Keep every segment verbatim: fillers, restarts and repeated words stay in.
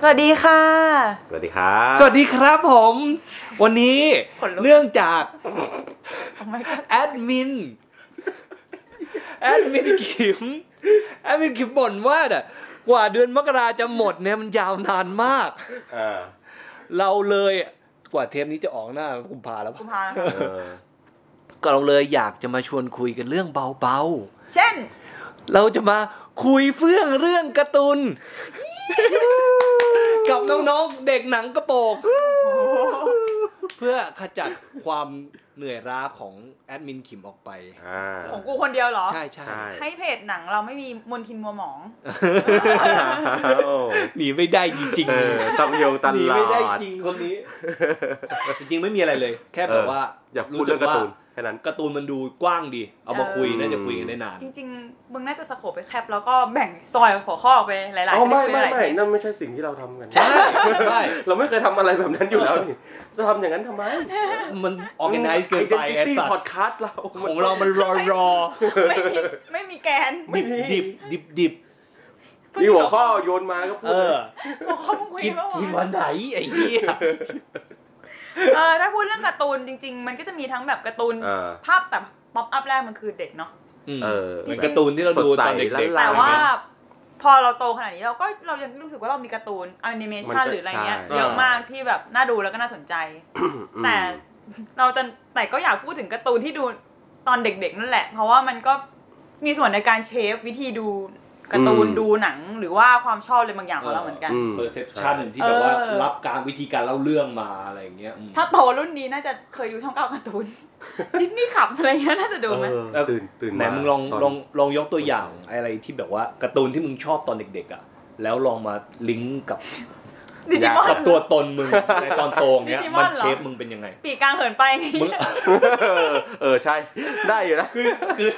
วัสดีค่ะสวัสดีครับสวัสดีครับผมวันนี้เนื่องจากแอดมินแอดมินขิมแอดมินขิมบ่นว่าน่ะกว่าเดือนมกราจะหมดเนี่ยมันยาวนานมากเราเลยกว่าเทปนี้จะออกหน้ากุมภาแล้วกุมภาก็เราเลยอยากจะมาชวนคุยกันเรื่องเบาๆเช่นเราจะมาคุยเฟื่องเรื่องการ์ตูนกับน้องๆเด็กหนังกระโปรงเพื่อขจัดความเหนื่อยล้าของแอดมินขิมออกไปของกูคนเดียวเหรอใช่ใช่ให้เพจหนังเราไม่มีมลทินมัวหมองหนีไม่ได้จริงๆต้องโยงตลอดหนีไม่ได้จริงคนนี้จริงๆไม่มีอะไรเลยแค่แบบว่าอยากพูดเรื่องการ์ตูนแค่นั้นการ์ตูนมันดูกว้างดีเอามาคุยน่าจะคุยกันได้นานจริงๆมึงน่าจะสโคปไปแคปแล้วก็แบ่งซอยหัวข้อออกไปหลายๆอ๋อไม่ไม่ไม่นั่นไม่ใช่สิ่งที่เราทำกันใช่ใช่เราไม่เคยทำอะไรแบบนั้นอยู่แล้วนี่จะทำอย่างนั้นทำไมมันออร์แกไนซ์เกินไปไอ้สัตว์พอดคาสต์เราของเรามันรอรอไม่มีไม่มีแกนดิบดิบดิบดิบมีหัวข้อโยนมาก็พูดหัวข้อมึงคุยแล้วกินวันไหนไอ้เหี้ยเออถ้าพูดเรื่องการ์ตูนจริงๆมันก็จะมีทั้งแบบการ์ตูนภาพแต่ป๊อปอัพแรกมันคือเด็กเนาะเออเป็นการ์ตูนที่เราดูตอนเด็กๆแต่ว่าพอเราโตขนาดนี้เราก็เรายังรู้สึกว่าเรามีการ์ตูนแอนิเมชันหรืออะไรเงี้ยเยอะมากที่แบบน่าดูแล้วก็น่าสนใจแต่เราจะแต่ก็อยากพูดถึงการ์ตูนที่ดูตอนเด็กๆนั่นแหละเพราะว่ามันก็มีส่วนในการเชฟวิธีดูการ์ตูนดูหนังหรือว่าความชอบอะไรบางอย่างของเราเหมือนกัน perception ที่แบบว่ารับการวิธีการเล่าเรื่องมาอะไรอย่างเงี้ยถ้าโตรุ่นนี้น่าจะเคยดูช่องเก้าการ์ตูนดิสนีย์ขับอะไรเงี้ยน่าจะดูไหมตื่นตื่นไหนมึงลองลองลองยกตัวอย่างอะไรที่แบบว่าการ์ตูนที่มึงชอบตอนเด็กๆอ่ะแล้วลองมาลิงก์กับกับตัวตนมึงในตอนโตเงี้ยมันเชฟมึงเป็นยังไงปีกลางเหินไปไงเออใช่ได้อยู่นะคือคือ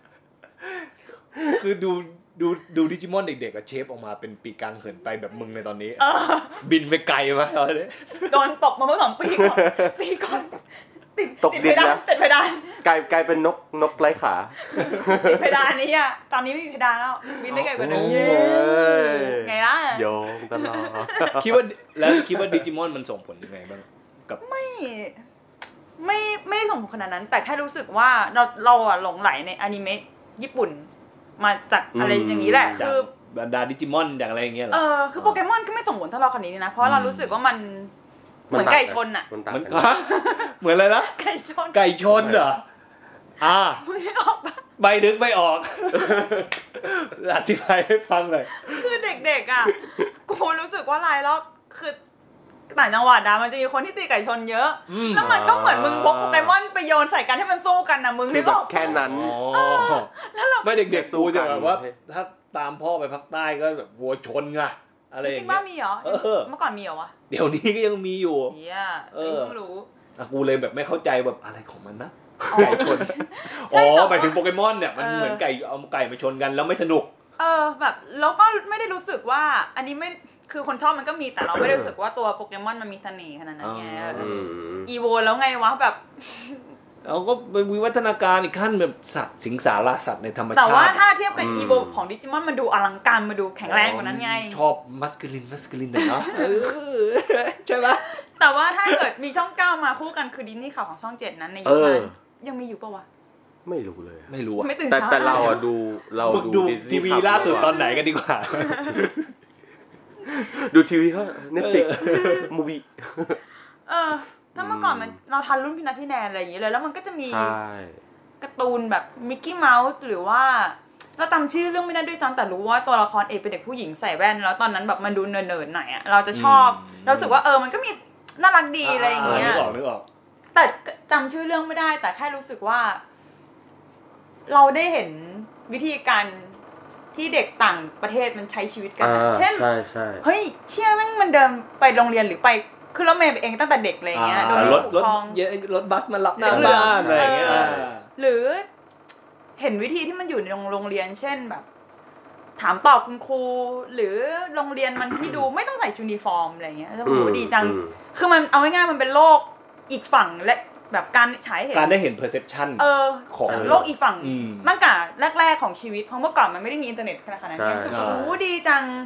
คือดูดูดูดิจิมอนเด็กๆอะเชฟออกมาเป็นปีกลางเหินไปแบบมึงในตอนนี้บินไปไกลมาตอนนี้โดนตกมาเมื่อสองปีก่อนปีก่อนติดตกดินนะติดเพดานกลายกลายเป็นนกนกไร้ขาติดเพดานนี้อะตอนนี้ไม่มีเพดานแล้วบินได้ไกลกว่าเดิมไงล่ะโยงตลอดคิดว่าแล้วคิดว่าดิจิมอนมันส่งผลยังไงบ้างกับไม่ไม่ไม่ได้ส่งผลขนาดนั้นแต่แค่รู้สึกว่าเราเราอะหลงไหลในอนิเมะญี่ปุ่นมาจากอะไรอย่างนี้แหละคือบรรดาดิจิมอนอย่างอะไรอย่างเงี้ยเหรอเออคือโปเกมอนก็ไม่ส่งผลเท่าเราคนนี้นะเพราะเรารู้สึกว่ามันเหมือนไก่ชนอ่ะมันเหมือนอะไรนะไก่ชนไก่ชนเหรออ่าไม่ออกปะใบนึกไม่ออกอธิบายให้ฟังหน่อยคือเด็กๆอ่ะกูรู้สึกว่าลายรอบคือต่างจังหวัดนะมันจะมีคนที่ตีไก่ชนเยอะแล้วมันก็เหมือนมึงพกโปเกมอนไปโยนใส่กันให้มันสู้กันนะมึงนึกออกแค่นั้นแล้วเราไม่เด็กๆกูจะแบบว่าถ้าตามพ่อไปภาคใต้ก็แบบวัวชนไงอะไรอย่างเงี้ยจริงป่ะมีเหรอเมื่อก่อนมีเหรอวะเดี๋ยวนี้ก็ยังมีอยู่เหี้ยไม่รู้อ่ะกูเลยแบบไม่เข้าใจแบบอะไรของมันนะไก่ชนอ๋อหมายถึงโปเกมอนเนี่ยมันเหมือนไก่เอาไก่มาชนกันแล้วไม่สนุกเออแบบแล้วก็ไม่ได้รู้สึกว่าอันนี้ไม่คือคนชอบมันก็มีแต่เราไม่ได้รู้สึกว่าตัวโปเกมอนมันมีเสน่ห์ขนาดนั้นไงอีโวแล้วไงวะแบบเราก็ไปวิวัฒนาการอีกขั้นแบบสัตว์สิงสารสัตว์ในธรรมชาติแต่ว่าถ้าเทียบกับอีโวของดิจิมอนมันดูอลังการมาดูแข็งแรงกว่านั้นไงชอบมัสคูลินมัสคูลินเนาะใช่ปะแต่ว่าถ้าเกิดมีช่องเก้ามาคู่กันคือดิสนีย์ข่าวของช่องเจ็ดนั้นในยุคนั้นยังมีอยู่ปะวะไม่รู้เลยไม่รู้แต่แต่เราอ่ะดูเราดูทีวีล่าสุดตอนไหนกันดีกว่าดูทีวีเขา Netflix Movie เออถ้าเมื่อก่อนมันเราทันรุ่นพี่นัทพี่แนนอะไรอย่างเงี้ยเลยแล้วมันก็จะมีการ์ตูนแบบมิกกี้เมาส์หรือว่าเราจำชื่อเรื่องไม่ได้ด้วยซ้ำแต่รู้ว่าตัวละครเอกเป็นเด็กผู้หญิงใส่แว่นแล้วตอนนั้นแบบมันดูเนิร์ดๆหน่อยอ่ะเราจะชอบเรารู้สึกว่าเออมันก็มีน่ารักดีอะไรอย่างเงี้ยนึกออกนึกออกแต่จำชื่อเรื่องไม่ได้แต่แค่รู้สึกว่าเราได้เห็นวิธีการที่เด็กต่างประเทศมันใช้ชีวิตกันเช่นเฮ้ยเชี่ยแม่งมันเดินไปโรงเรียนหรือไปคือรถเมล์ไปเองตั้งแต่เด็กอะไรเงี้ยโดนรถรถรถบัสมารับหน้าบ้านอะไรเงี้ยหรือเห็นวิธีที่มันอยู่ในโรงเรียนเช่นแบบถามตอบคุณครูหรือโรงเรียนมันที่ดูไม่ต้องใส่ยูนิฟอร์มอะไรเงี้ยโอ้โหดีจังคือมันเอาง่ายๆมันเป็นโลกอีกฝั่งและแบบการใช้เห็นการได้เห็น perception เออของโลกอีกฝั่งตั้งแต่แรกๆของชีวิตเพราะเมื่อก่อนมันไม่ได้มีอินเทอร์เน็ตขนาดนั้นโอ้โหดีจังแต่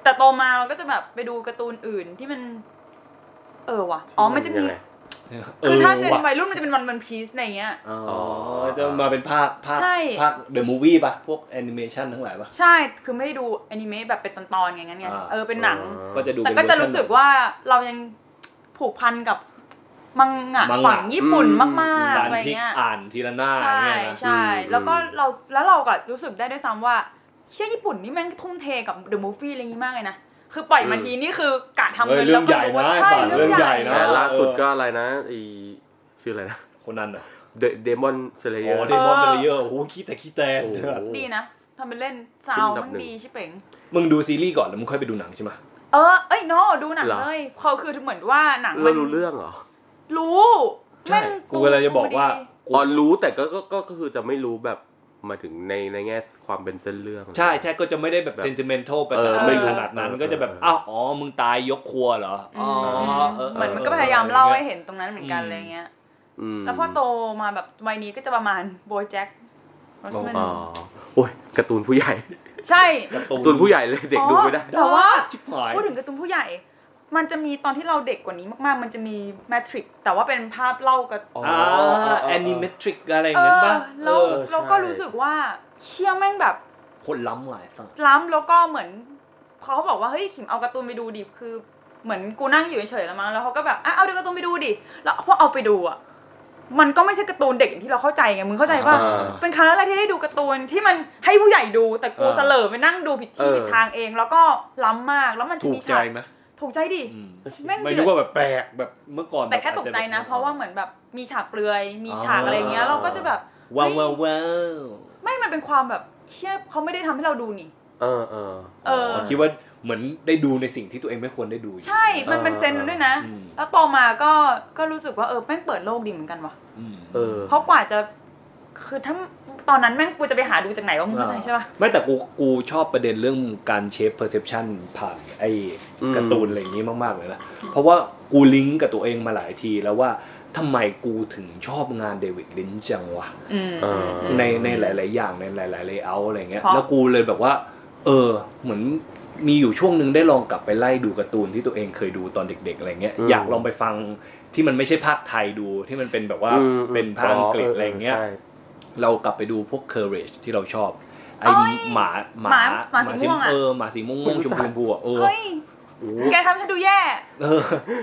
แต่โตมาเราก็จะแบบไปดูการ์ตูนอื่นที่มันเออว่ะอ๋อมันจะมีคือถ้าในวัยรุ่นมันจะเป็นวันวันพีซอะไรเงี้ยอ๋อจะมาเป็นภาคภาคภาคเดอะมูฟวี่ป่ะพวกแอนิเมชันทั้งหลายป่ะใช่คือไม่ได้ดูแอนิเมะแบบเป็นตอนๆอย่างงั้นไงเออเป็นหนังก็จะดูแต่ก็จะรู้สึกว่าเรายังผูกพันกับมังงะฝั่งญี่ปุ่นมากๆอะไรเงี้ยอ่านทีละหน้าใช่ใช่แล้วก็เราแล้วเราก็รู้สึกได้ด้วยซ้ำว่าเชี่ยญี่ปุ่นนี่แม่งทุ่มเทกับเดอะมูฟวี่อะไรงี้มากเลยนะคือปล่อยมาทีนี่คือกะทำเงินแล้วก็รู้ว่าใช่เรื่องใหญ่นะล่าสุดก็อะไรนะไอชื่ออะไรนะคนนั้นอ่ะเดมอนสเลเยอร์อ๋อเดมอนสเลเยอร์โอ้โหขี้แต่ขี้แต่ดีนะทำเป็นเล่นซาวมันดีชิเป๋งมึงดูซีรีส์ก่อนแล้วมึงค่อยไปดูหนังใช่ไหมเออเอ้ยโน้ดูหนังเลยเขาคือเหมือนว่าหนังมันรู้เรื่องเหรอรู้แม่งกูก็เลยจะบอกว่าอ๋อรู้แต่ก็ก็ก็คือจะไม่รู้แบบมาถึงในในแง่ความเป็นเส้นเรื่องใช่ใช่ก็จะไม่ได้แบบเซนติเมนทัลไปไม่ขนาดนั้นมันก็จะแบบอ้าวอ๋อมึงตายยกครัวเหรออ๋อเหมือนมันก็พยายามเล่าให้เห็นตรงนั้นเหมือนกันอะไรเงี้ยแล้วพอโตมาแบบวัยนี้ก็จะประมาณโบแจ็คอ๋อโอ้ยการ์ตูนผู้ใหญ่ใช่การ์ตูนผู้ใหญ่เลยเด็กดูไม่ได้แต่ว่าพูดถึงการ์ตูนผู้ใหญ่มันจะมีตอนที่เราเด็กกว่านี้มากๆมันจะมีแมทริกแต่ว่าเป็นภาพเล่ากับอ๋อแอนิเมทริกอะไรอย่างเงี้ยป่ะเราเราก็รู้สึกว่าเชี่ยแม่งแบบคนล้ำหลายล้ำแล้วก็เหมือนเขาบอกว่าเฮ้ยขิมเอาการ์ตูนไปดูดิคือเหมือนกูนั่งอยู่เฉยๆแล้วมั้งแล้วเขาก็แบบอ่ะเอาการ์ตูนไปดูดิแล้วพอเอาไปดูอ่ะมันก็ไม่ใช่การ์ตูนเด็กอย่างที่เราเข้าใจไงมึงเข้าใจป่ะเป็นครั้งแรกที่ได้ดูการ์ตูนที่มันให้ผู้ใหญ่ดูแต่กูเสลอไปนั่งดูผิดที่ผิดทางเองแล้วก็ล้ำมากแล้วมันจะมีฉากถูกใจดิแม่งไม่รู้ว่าแบบแปลกแบบเมื่อก่อนแต่แค่ตกใจนะเพราะว่าเหมือนแบบมีฉากเปลือยมีฉากอะไรเงี้ยเราก็จะแบบว้าวว้าวไม่มันเป็นความแบบเชี่ยเขาไม่ได้ทำให้เราดูนี่เออเออเออคิดว่าเหมือนได้ดูในสิ่งที่ตัวเองไม่ควรได้ดูใช่มันเป็นเซนด้วยนะแล้วโตมาก็ก็รู้สึกว่าเออแม่งเปิดโลกดีเหมือนกันว่ะเออเพราะกว่าจะคือถ้าตอนนั้นแม่งกูจะไปหาดูจากไหนว่ามึงเข้าใจใช่ป่ะไม่แต่กูกูชอบประเด็นเรื่องการเชฟเพอร์เซพชันผ่านไอ้การ์ตูนอะไรอย่างนี้มากๆเลยนะเพราะว่ากูลิงก์กับตัวเองมาหลายทีแล้วว่าทำไมกูถึงชอบงานเดวิดลินช์จังวะในในหลายๆอย่างในหลายๆเลเยอร์อะไรเงี้ยแล้วกูเลยแบบว่าเออเหมือนมีอยู่ช่วงนึงได้ลองกลับไปไล่ดูการ์ตูนที่ตัวเองเคยดูตอนเด็กๆอะไรเงี้ยอยากลองไปฟังที่มันไม่ใช่ภาคไทยดูที่มันเป็นแบบว่าเป็นภาคอังกฤษอะไรเงี้ยเรากลับไปดูพวก Courage ที่เราชอบไอ้หมาหมาหมาสีม่วงอ่ะเออหมาสีม่วงๆชมพูๆอ่ะเออแกทำฉันดูแย่เออ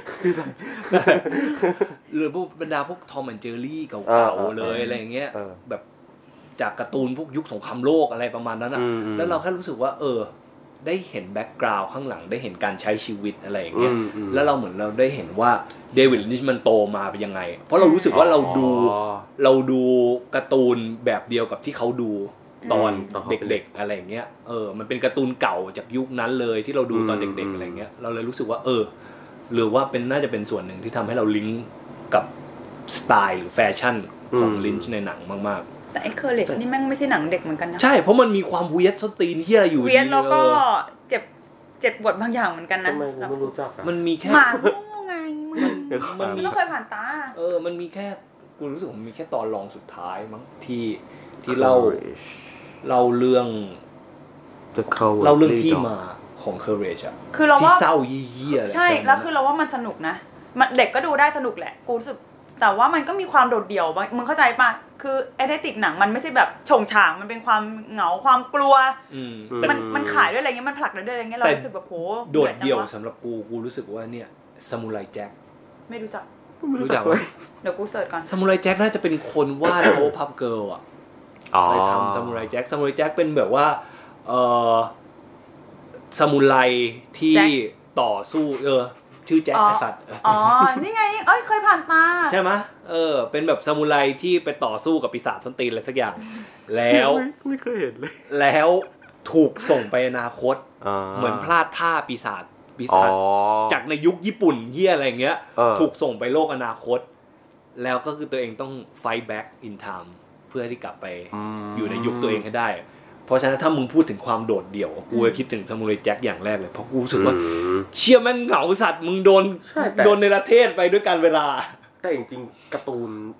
หรือพวกบรรดาพวก Tom and Jerry เก่าๆเลยอะไรอย่างเงี้ยแบบจากการ์ตูนพวกยุคสงครามโลกอะไรประมาณนั้นอ่ะแล้วเราแค่รู้สึกว่าเออได้เห็นแบ็คกราวด์ข้างหลังได้เห็นการใช้ชีวิตอะไรอย่างเงี้ยแล้วเราเหมือนเราได้เห็นว่าเดวิดลินช์มันโตมาเป็นยังไงเพราะเรารู้สึกว่าเราดูเราดูการ์ตูนแบบเดียวกับที่เขาดูตอนเด็กๆอะไรอย่างเงี้ยเออมันเป็นการ์ตูนเก่าจากยุคนั้นเลยที่เราดูตอนเด็กๆอะไรเงี้ยเราเลยรู้สึกว่าเออหรือว่าเป็นน่าจะเป็นส่วนหนึ่งที่ทำให้เราลิงก์กับสไตล์หรือแฟชั่นของลินช์ในหนังมากๆแต่ไอ้ Courage นี่แม่งไม่ใช่หนังเด็กเหมือนกันนะใช่เพราะมันมีความเวียดสตีนที่อะไรอยู่เวียดแล้วก็เจ็บเจ็บปวดบางอย่างเหมือนกันนะไม่รู้จักมันมีแค่หมาโง่ไงมึงมันไม่เคยผ่านตาเออมันมีแค่กูรู้สึกมันมีแค่ตอนรองสุดท้ายมั้งที่ที่เล่าเล่าเรื่องเล่าเรื่องที่มาของ Courage อ่ะคือเราว่าที่เศร้ายี่ๆอะไรใช่แล้วคือเราว่ามันสนุกนะมันเด็กก็ดูได้สนุกแหละกูรู้สึกแต่ว่ามันก็มีความโดดเดี่ยวมึงเข้าใจป่ะคือแอสเธติกหนังมันไม่ใช่แบบโฉงฉางมันเป็นความเหงาความกลัวมันมันขายด้วยอะไรเงี้ยมันผลักด้วยอะไรเงี้ยเรารู้สึกแบบโหโดดเดี่ยวสำหรับกูกูรู้สึกว่าเนี่ยซามูไรแจ็คไม่รู้จักรู้จักเดี๋ยวกูเสิร์ชก่อนซามูไรแจ็คน่าจะเป็นคนวาดโอพับเกิร์ลอ่ะไปทำซามูไรแจ็คซามูไรแจ็คเป็นแบบว่าเออซามูไรที่ต่อสู้เออชื่อแจ็คไอ้สัตว์อ๋อนี่ไงเอ้ยเคยผ่านตาใช่ไหมเออเป็นแบบซามูไรที่ไปต่อสู้กับปีศาจส้นตีนอะไรสักอย่างแล้วไม่เคยเห็นเลยแล้วถูกส่งไปอนาคตเหมือนพลาดท่าปีศาจปีศาจจากในยุคญี่ปุ่นเหี้ยอะไรเงี้ยถูกส่งไปโลกอนาคตแล้วก็คือตัวเองต้อง fight back in time เพื่อที่กลับไปอยู่ในยุคตัวเองให้ได้เพราะฉะนั้นถ้ามึงพูดถึงความโดดเดี่ยวกูจะคิดถึงซามูไรแจ็คอย่างแรกเลยเพราะกูรู้สึกว่าเชี่ยแม่งเหงาสัตว์มึงโดนโดนในประเทศไปด้วยกันเวลาแต่จริงๆการ์ตูน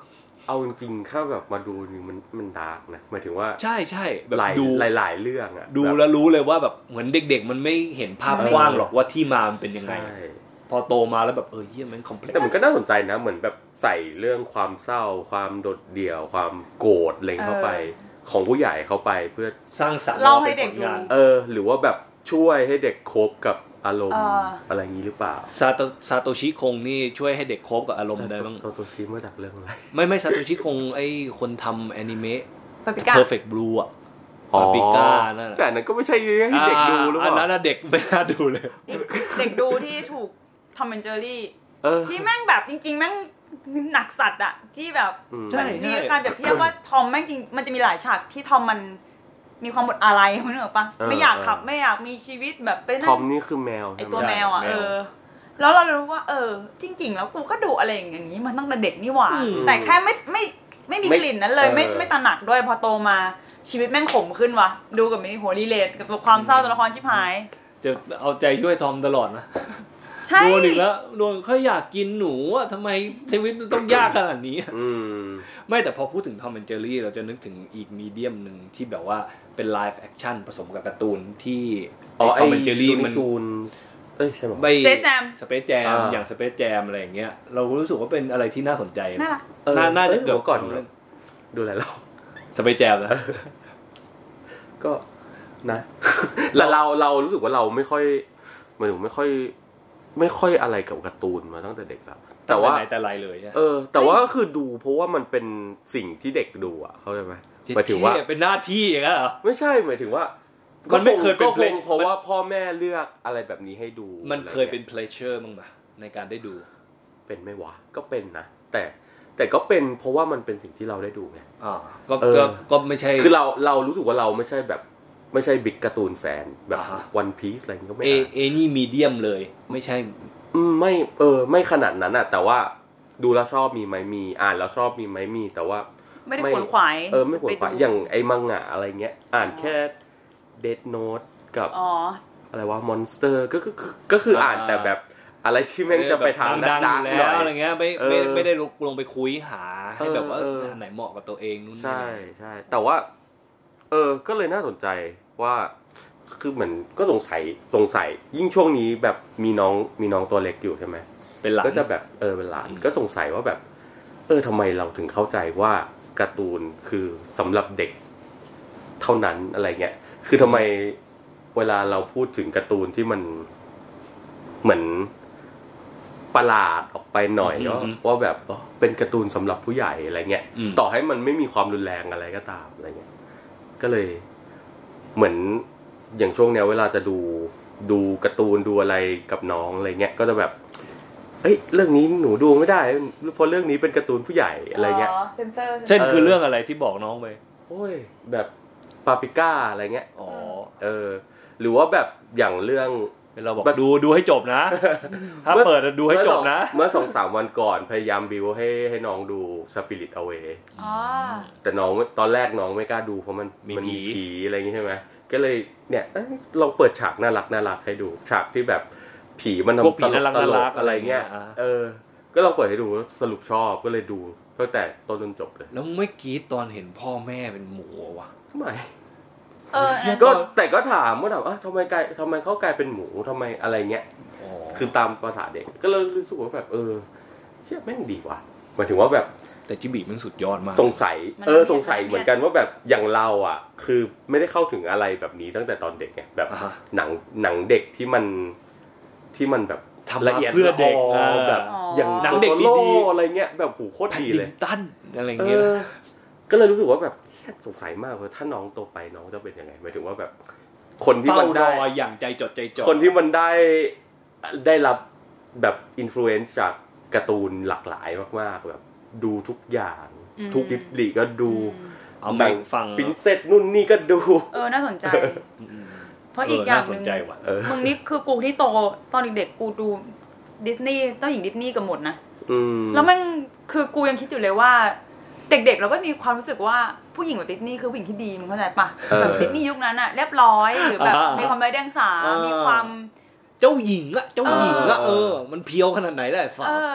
เอาจริงๆถ้าแบบมาดูนี่มันมันดาร์กนะหมายถึงว่าใช่ๆแบบดูหลายๆเรื่องอ่ะดูแล้วรู้เลยว่าแบบเหมือนเด็กๆมันไม่เห็นภาพกว้างหรอกว่าที่มามันเป็นยังไงพอโตมาแล้วแบบเออเหี้ยมันคอมเพล็กซ์แต่มันก็น่าสนใจนะเหมือนแบบใส่เรื่องความเศร้าความโดดเดี่ยวความโกรธอะไรเข้าไปของผู้ใหญ่เข้าไปเพื่อสร้างสรรค์เล่าให้เด็กดูเออหรือว่าแบบช่วยให้เด็กโคปกับอารมณ์อะไรอย่างนี้หรือเปล่าซาโตซาโตชิคงนี่ช่วยให้เด็กโคปกับอารมณ์ได้บ้างซาโตชิมาจากเรื่องอะไรไม่ไม่ซาโตชิคงไอ้คนทำแอนิเมะ Perfect Blue อ่ะปาปิก้านั่นแต่นั้นก็ไม่ใช่ให้เด็กดูหรือเปล่าอันนั้นเด็กไม่น่าดูเลยเด็กดูที่ถูกทอมแอนด์เจอรี่ที่แม่งแบบจริงๆแม่งหนักสัตว์อะที่แบบมันมีการแบบเทียบว่าทอมแม่งจริงมันจะมีหลายฉากที่ทอมมันมีความหมดอะไรมึงนึกออกปะไม่อยากขับไม่อยากมีชีวิตแบบเป็นทอมนี่คือแมวไอตัวแมวอะเออแล้วเรารู้ว่าเออจริงๆแล้วกูก็ดูอะไรอย่างนี้มันตั้งแต่เด็กนี่หว่าแต่แค่ไม่ไม่ไม่มีกลิ่นนั้นเลยไม่ไม่ตระหนักด้วยพอโตมาชีวิตแม่งขมขึ้นว่ะดูกับมินิโหรีเลทกับความเศร้าตัวละครชิบหายจะเอาใจช่วยทอมตลอดนะโดนอีกแล้วโดนเขาอยากกินหนูอ่ะทำไมชีวิตมันต้องยากขนาดนี้ไม่แต่พอพูดถึงทอมแอนด์เจอรี่เราจะนึกถึงอีกมีเดียมหนึ่งที่แบบว่าเป็นไลฟ์แอคชั่นผสมกับการ์ตูนที่ทอมแอนด์เจอรี่มันเอ้ยใช่ไหมสเปซแจมสเปซแจมอย่างสเปซแจมอะไรอย่างเงี้ยเรารู้สึกว่าเป็นอะไรที่น่าสนใจน่ารักน่าจะเดี๋ยวก่อนดูอะไรเราสเปซแจมนะก็นะแต่เราเรารู้สึกว่าเราไม่ค่อยหมายถึงไม่ค่อยไม่ค่อยอะไรกับการ์ตูนมาตั้งแต่เด็กแล้วแต่ว่าแต่ไรเลยเออแต่ว่าก็คือดูเพราะว่ามันเป็นสิ่งที่เด็กดูอ่ะเข้าใจไหมหมายถึงว่าเป็นหน้าที่อย่างนั้นเหรอไม่ใช่หมายถึงว่ามันไม่เคยเป็นเพราะว่าพ่อแม่เลือกอะไรแบบนี้ให้ดูมันเคยเป็น pleasure มั้งป่ะในการได้ดูเป็นไหมวะก็เป็นนะแต่แต่ก็เป็นเพราะว่ามันเป็นสิ่งที่เราได้ดูไงอ่าก็ก็ไม่ใช่คือเราเรารู้สึกว่าเราไม่ใช่แบบไม่ใช่บิ๊กการ์ตูนแฟนแบบ One Piece อะไรก็ไม่เอเอนี่มีเดียมเลยไม่ใช่อืมไม่เออไม่ขนาดนั้นอ่ะแต่ว่าดูแล้วชอบมีไหมมีอ่านแล้วชอบมีไหมมีแต่ว่าไม่ได้ขวนขวายเออไม่ขวนขวายอย่างไอ้มังงะอะไรเงี้ยอ่านแค่ Death Note กับอ๋ออะไรวะ Monster ก็คือก็คืออ่านแต่แบบอะไรที่แม่งจะไปทางดังๆแล้วอะไรเงี้ยไม่ไม่ไม่ได้ลงไปคุยหาให้แบบว่าอันไหนเหมาะกับตัวเองนู่นนี่ใช่ใช่แต่ว่าเออก็เลยน่าสนใจว่าคือเหมือนก็สงสัยสงสัยยิ่งช่วงนี้แบบมีน้องมีน้องตัวเล็กอยู่ใช่ไหมเป็นหลานก็จะแบบเออเป็นหลานก็สงสัยว่าแบบเออทำไมเราถึงเข้าใจว่าการ์ตูนคือสำหรับเด็กเท่านั้นอะไรเงี้ยคือทำไมเวลาเราพูดถึงการ์ตูนที่มันเหมือนประหลาดออกไปหน่อยเนาะว่าแบบเป็นการ์ตูนสำหรับผู้ใหญ่อะไรเงี้ยต่อให้มันไม่มีความรุนแรงอะไรก็ตามอะไรเงี้ยก็เลยเหมือนอย่างช่วงเนี้ยเวลาจะดูดูการ์ตูนดูอะไรกับน้องอะไรเงี้ยก็จะแบบเอ้ยเรื่องนี้หนูดูไม่ได้เพราะเรื่องนี้เป็นการ์ตูนผู้ใหญ่อะไรเงี้ยอ๋อเซ็นเตอร์เช่นคือเรื่องอะไรที่บอกน้องไปโอ้ยแบบปาปิก้าอะไรเงี้ยอ๋อเออหรือว่าแบบอย่างเรื่องเราบอกดูดูให้จบนะถ้าเปิดดูให้จบนะเมื่อ สองสาม วันก่อนพยายามบิวให้ให้น้องดู Spirit Away อ๋อแต่น้องตอนแรกน้องไม่กล้าดูเพราะมันมันมีผีอะไรอย่างงี้ใช่มั้ยก็เลยเนี่ยลองเปิดฉากน่ารักน่ารักให้ดูฉากที่แบบผีมันทำตลกตลกอะไรเงี้ยเออก็ลองเปิดให้ดูสรุปชอบก็เลยดูตั้งแต่ต้นจนจบเลยแล้วไม่กรี๊ดตอนเห็นพ่อแม่เป็นหมูวะทำไมเออก็แต่ก็ถามว่าแบบอ่ะทำไมกลายทำไมเขากลายเป็นหมูทำไมอะไรเงี้ยคือตามภาษาเด็กก็เลยรู้สึกว่าแบบเออเชื่อแม่งดีว่ะหมายถึงว่าแบบแต่จิบิมันสุดยอดมากสงสัยเออสงสัยเหมือนกันว่าแบบอย่างเราอ่ะคือไม่ได้เข้าถึงอะไรแบบนี้ตั้งแต่ตอนเด็กไงแบบหนังหนังเด็กที่มันที่มันแบบละเอียดเพื่อเด็กแบบอย่างหนังเด็กดีๆอะไรเงี้ยแบบโหโคตรดีเลยตั้นอะไรเงี้ยก็เลยรู้สึกว่าแบบสงสัยมากว่าถ้าน้องโตไปน้องจะเป็นยังไงหมายถึงว่าแบบคนที่มันได้อย่างใจจดใจจ่อคนที่มันได้ได้รับแบบอินฟลูเอนซ์จากการ์ตูนหลากหลายมากๆแบบดูทุกอย่างทุกกิบลิก็ดูเอาไปฟังปรินเซสนู่นนี่ก็ดูเออน่าสนใจเพราะอีกอย่างนึงมึงนี่คือกูที่โตตอนเด็กๆกูดูดิสนีย์เจ้าหญิงดิสนีย์กันหมดนะแล้วมันคือกูยังคิดอยู่เลยว่าเด็กๆเราก็มีความรู้สึกว่าผู้หญิงแบบดิสนีย์คือผู้หญิงที่ดีมึงเข้าใจปะแบบดิสนีย์ยุคนั้นอะเรียบร้อยหรือแบบมีความไร้เดียงสามีความเจ้าหญิงอะเจ้าหญิงอะเออมันเพียวขนาดไหนได้ฝ่า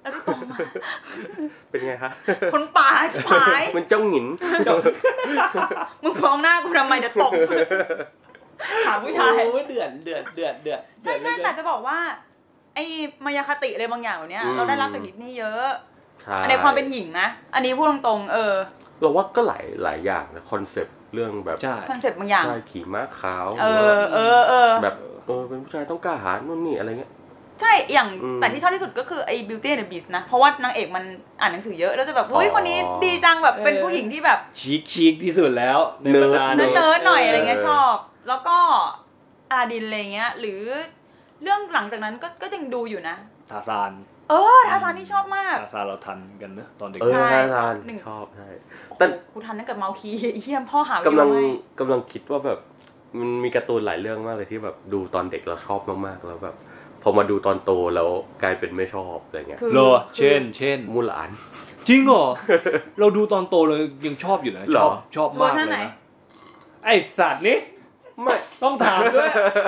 แล้วที่ตรงมาเป็นไงคะคนป่าชิบหายมันเจ้าหงินมึงมองหน้ากูทำไมเดี๋ยวตบหาผู้ชายโอ้ยเดือดเดือดเดือดเดือดใช่ใช่แต่จะบอกว่าไอ้มายาคติอะไรบางอย่างเนี้ยเราได้รับจากดิสนีย์เยอะในความเป็นหญิงนะอันนี้พูดตรงๆเออเราว่าก็หลายหลายอย่างนะคอนเซปต์เรื่องแบบคอนเซปต์บางอย่างใช่ขี่ม้าขาวเออเออเออแบบเออเป็นผู้ชายต้องกล้าหาญนู่นนี่อะไรเงี้ยใช่อย่างแต่ที่ชอบที่สุดก็คือไอ้ Beauty and the Beast นะเพราะว่านางเอกมันอ่านหนังสือเยอะแล้วจะแบบอุ้ยคนนี้ดีจังแบบเป็นผู้หญิงที่แบบชิคชิคที่สุดแล้วเนิร์ดเนิร์ดหน่อยอะไรเงี้ยชอบแล้วก็อาดินอะไรเงี้ยหรือเรื่องหลังจากนั้นก็ก็ยังดูอยู่นะทาซานเออทาซานนี่ชอบมากทาซานเราทันกันนะตอนเด็กเออทาซานชอบใช่แต่กูทันตั้งแต่เมาคีเฮี้ยมพ่อหากำลังกำลังคิดว่าแบบมันมีการ์ตูนหลายเรื่องมากเลยที่แบบดูตอนเด็กเราชอบมากๆแล้วแบบพอมาดูตอนโตแล้วกลายเป็นไม่ชอบอะไรเงี้ยเหรอเช่นเช่นมูหลานจริงเหรอเราดูตอนโตเลยยังชอบอยู่นะชอบชอบมากเลยนะไอสัตว์นี่ไม่ต้องถามด้วย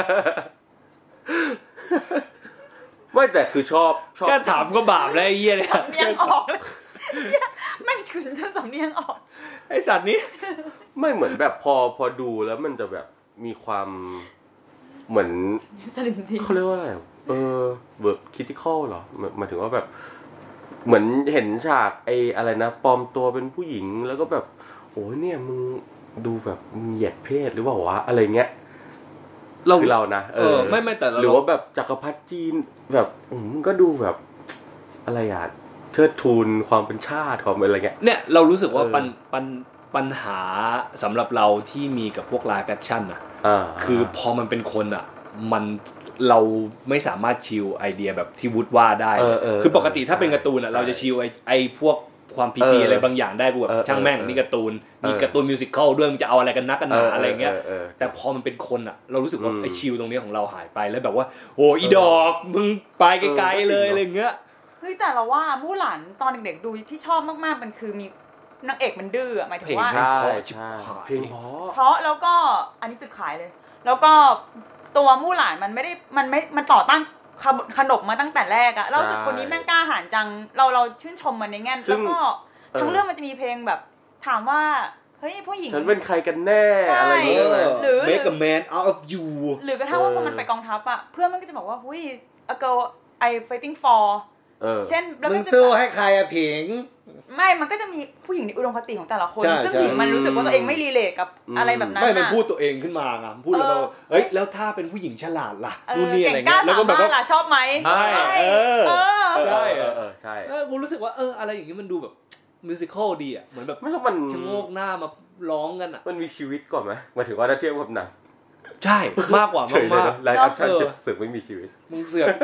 ไม่แต่คือชอบชอบแค่ถามก็บาปแล้วไอ้เหี้ยเนี่ยสำเนียงออกไม่ฉุนจนสำเนียงออกไอสัตว์นี้ไม่เหมือนแบบพอพอดูแล้วมันจะแบบมีความเหมือนสลิมจริงเขาเรียกว่าอะไรเออแบบคริติคอลเหรอหมายถึงว่าแบบเหมือนเห็นฉากไอ้อะไรนะปลอมตัวเป็นผู้หญิงแล้วก็แบบโอ้ยเนี่ยมึงดูแบบเหยียดเพศหรือเปล่าวะอะไรเงี้ยเราคือเรานะเออไม่ไม่แต่หรือว่าแบบจักรพรรดิจีนแบบอืมก็ดูแบบอะไรอ่ะเทิดทูนความเป็นชาติความอะไรเงี้ยเนี่ยเรารู้สึกว่าปัญปัญปัญหาสำหรับเราที่มีกับพวกไลฟ์แอคชั่นอ่ะคือพอมันเป็นคนอ่ะมันเราไม่สามารถชิลไอเดียแบบที่วุฒิว่าได้คือปกติถ้าเป็นการ์ตูนอ่ะเราจะชิลไอไอพวกความ พี ซี อะไรบางอย่างได้กูแบบช่างแม่งนี่การ์ตูนมีการ์ตูนมิวสิคัลด้วยมันจะเอาอะไรกันนักกันหนาอะไรเงี้ยแต่พอมันเป็นคนอ่ะเรารู้สึกว่าไอชิลตรงนี้ของเราหายไปแล้วแบบว่าโอ้อีดอกมึงไปไกลๆเลยอะไรเงี้ยเฮ้ยแต่เราว่ามู่หลานตอนเด็กๆดูที่ชอบมากๆมันคือมีนางเอกมันดื้อหมายถึงว่าใช่ใช่เพลงเพราะเพราะแล้วก็อันนี้จุดขายเลยแล้วก็ตัวมู่หลานมันไม่ได้มันไม่มันต่อตั้งขนบมาตั้งแต่แรกอะเราสึกคนนี้แม่งกล้าหาญจังเราเราชื่นชมมันในแง่แล้วก็ทั้งเรื่องมันจะมีเพลงแบบถามว่าเฮ้ยผู้หญิงฉันเป็นใครกันแน่อะไรอย่างเงี้ยหรือ Make a man out of you หรือกระทั่งว่าพอมันไปกองทัพอะเพื่อนมันก็จะบอกว่าหุ้ย a girl I fighting for เช่นแล้วก็จะสู้ให้ใครอะผิงไม่มันก็จะมีผู้หญิงในอุดมคติของแต่ละคนซึ่งหญิงมันรู้สึกว่าตัวเองไม่รีเลทกับอะไรแบบนั้นไม่มันพูดตัวเองขึ้นมาไงพูดแล้วว่าเฮ้ยแล้วถ้าเป็นผู้หญิงฉลาดล่ะนู่นนี่อะไรเงี้ยแล้วก็แบบว่าชอบไหมใช่เออใช่เออใช่แล้วกูรู้สึกว่าเอออะไรอย่างงี้มันดูแบบมิวสิคัลดีอ่ะเหมือนแบบไม่รู้มันชะโงกหน้ามาร้องกันอ่ะมันมีชีวิตก่อนไหมหมายถึงว่าถ้าเทียบกับหนังใช่มากกว่ามากมากไลฟ์แอคชั่นเสือกไม่มีชีวิตมึงเสือก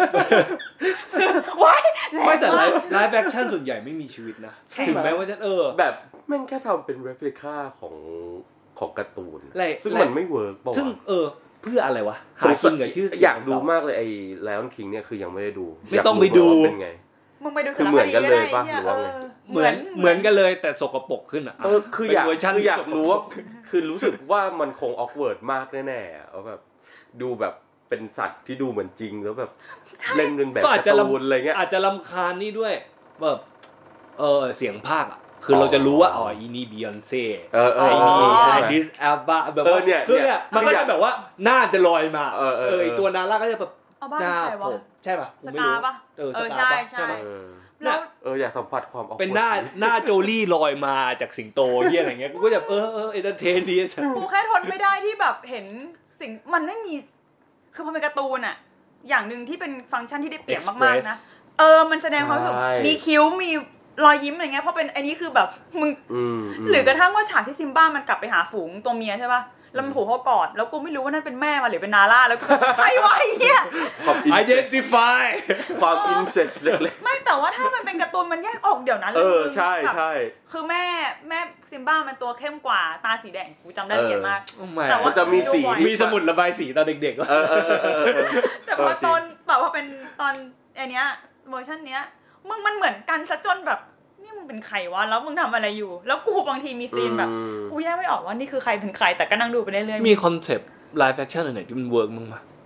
ไม่แต่ไลฟ์ไลฟ์แอคชั่นส่วนใหญ่ไม่มีชีวิตนะถึงแม้ว่าจะเออแบบแม่งแค่ทำเป็นเรปลิก้าของของการ์ตูนซึ่งมันไม่เวิร์กป่ะซึ่งเออเพื่ออะไรวะหาชื่อชื่ออยากดูมากเลยไอ้ Lion King เนี่ยคือยังไม่ได้ดูไม่ต้องไปดูเป็นไงมึงไปดูคือเหมือนกันเลยป่ะหรือว่าไงเหมือนเหมือนกันเลยแต่สกปรกขึ้นอ่ะเออคืออยากคืออยากรู้ว่าคือรู้สึกว่ามันคงออกเวิร์ดมากแน่ๆเอาแบบดูแบบเป็นสัตว์ที่ดูเหมือนจริงแล้วแบบเล่นเป็นแบบการ์ตูนอะไรเงี้ยอาจจะรำคาญนี่ด้วยแบบเออเสียงภาคอ่ะคือเราจะรู้ว่าอ๋ออีนี่บียอนเซ่เออเออไอดิสแอลบาแบบว่าคือเนี่ยมันก็จะแบบว่าหน้าจะลอยมาเออเออตัวนาร่าก็จะแบบจ้าผมใช่ป่ะสกาป่ะเออใช่ใช่แล้วเอออยากสัมผัสความออกเป็นหน้าหน้าโจลี่ลอยมาจากสิงโตเหี้ยอะไรเงี้ยกูก็แบบเออเออเอนเตอร์เทนดีกูแค่ทนไม่ได้ที่แบบเห็นสิ่งมันไม่มีคือพอเป็นการ์ตูนอะอย่างนึงที่เป็นฟังก์ชันที่ได้เปรียบมากๆนะเออมันแสดงความรู้สึกมีคิ้วมีรอยยิ้มอะไรเงี้ยเพราะเป็นอันนี้คือแบบมึงหรือกระทั่งว่าฉากที่ซิมบ้ามันกลับไปหาฝูงตัวเมียใช่ป่ะแล้วมันผูกเขากอดแล้วกูไม่รู้ว่านั่นเป็นแม่มันหรือเป็นนาร่าแล้วกูใครวะไอ้เหี้ย identify ความอินเซสเล็กๆไม่แต่ว่าถ้ามันเป็นการ์ตูนมันแยกออกเดี๋ยวนั้นเลยเออใช่ใช่คือแม่แม่ซิมบ้ามันตัวเข้มกว่าตาสีแดงกูจำได้ละเอียดมากแต่ว่าจะมีสีมีสมุดระบายสีตอนเด็กๆเออแต่พอตอนแบบว่าเป็นตอนไอเนี้ยเวอร์ชันเนี้ยมึงมันเหมือนกันซะจนแบบนี่มึงเป็นใครวะแล้วมึงทำอะไรอยู่แล้วกูบางทีมีซีนแบบกูแยกไม่ออกว่านี่คือใครเป็นใครแต่ก็นั่งดูไปเรื่อยๆมีคอนเซปต์ไลฟ์แอคชั่นไหนที่มันเวิร์กมั้งมั้ย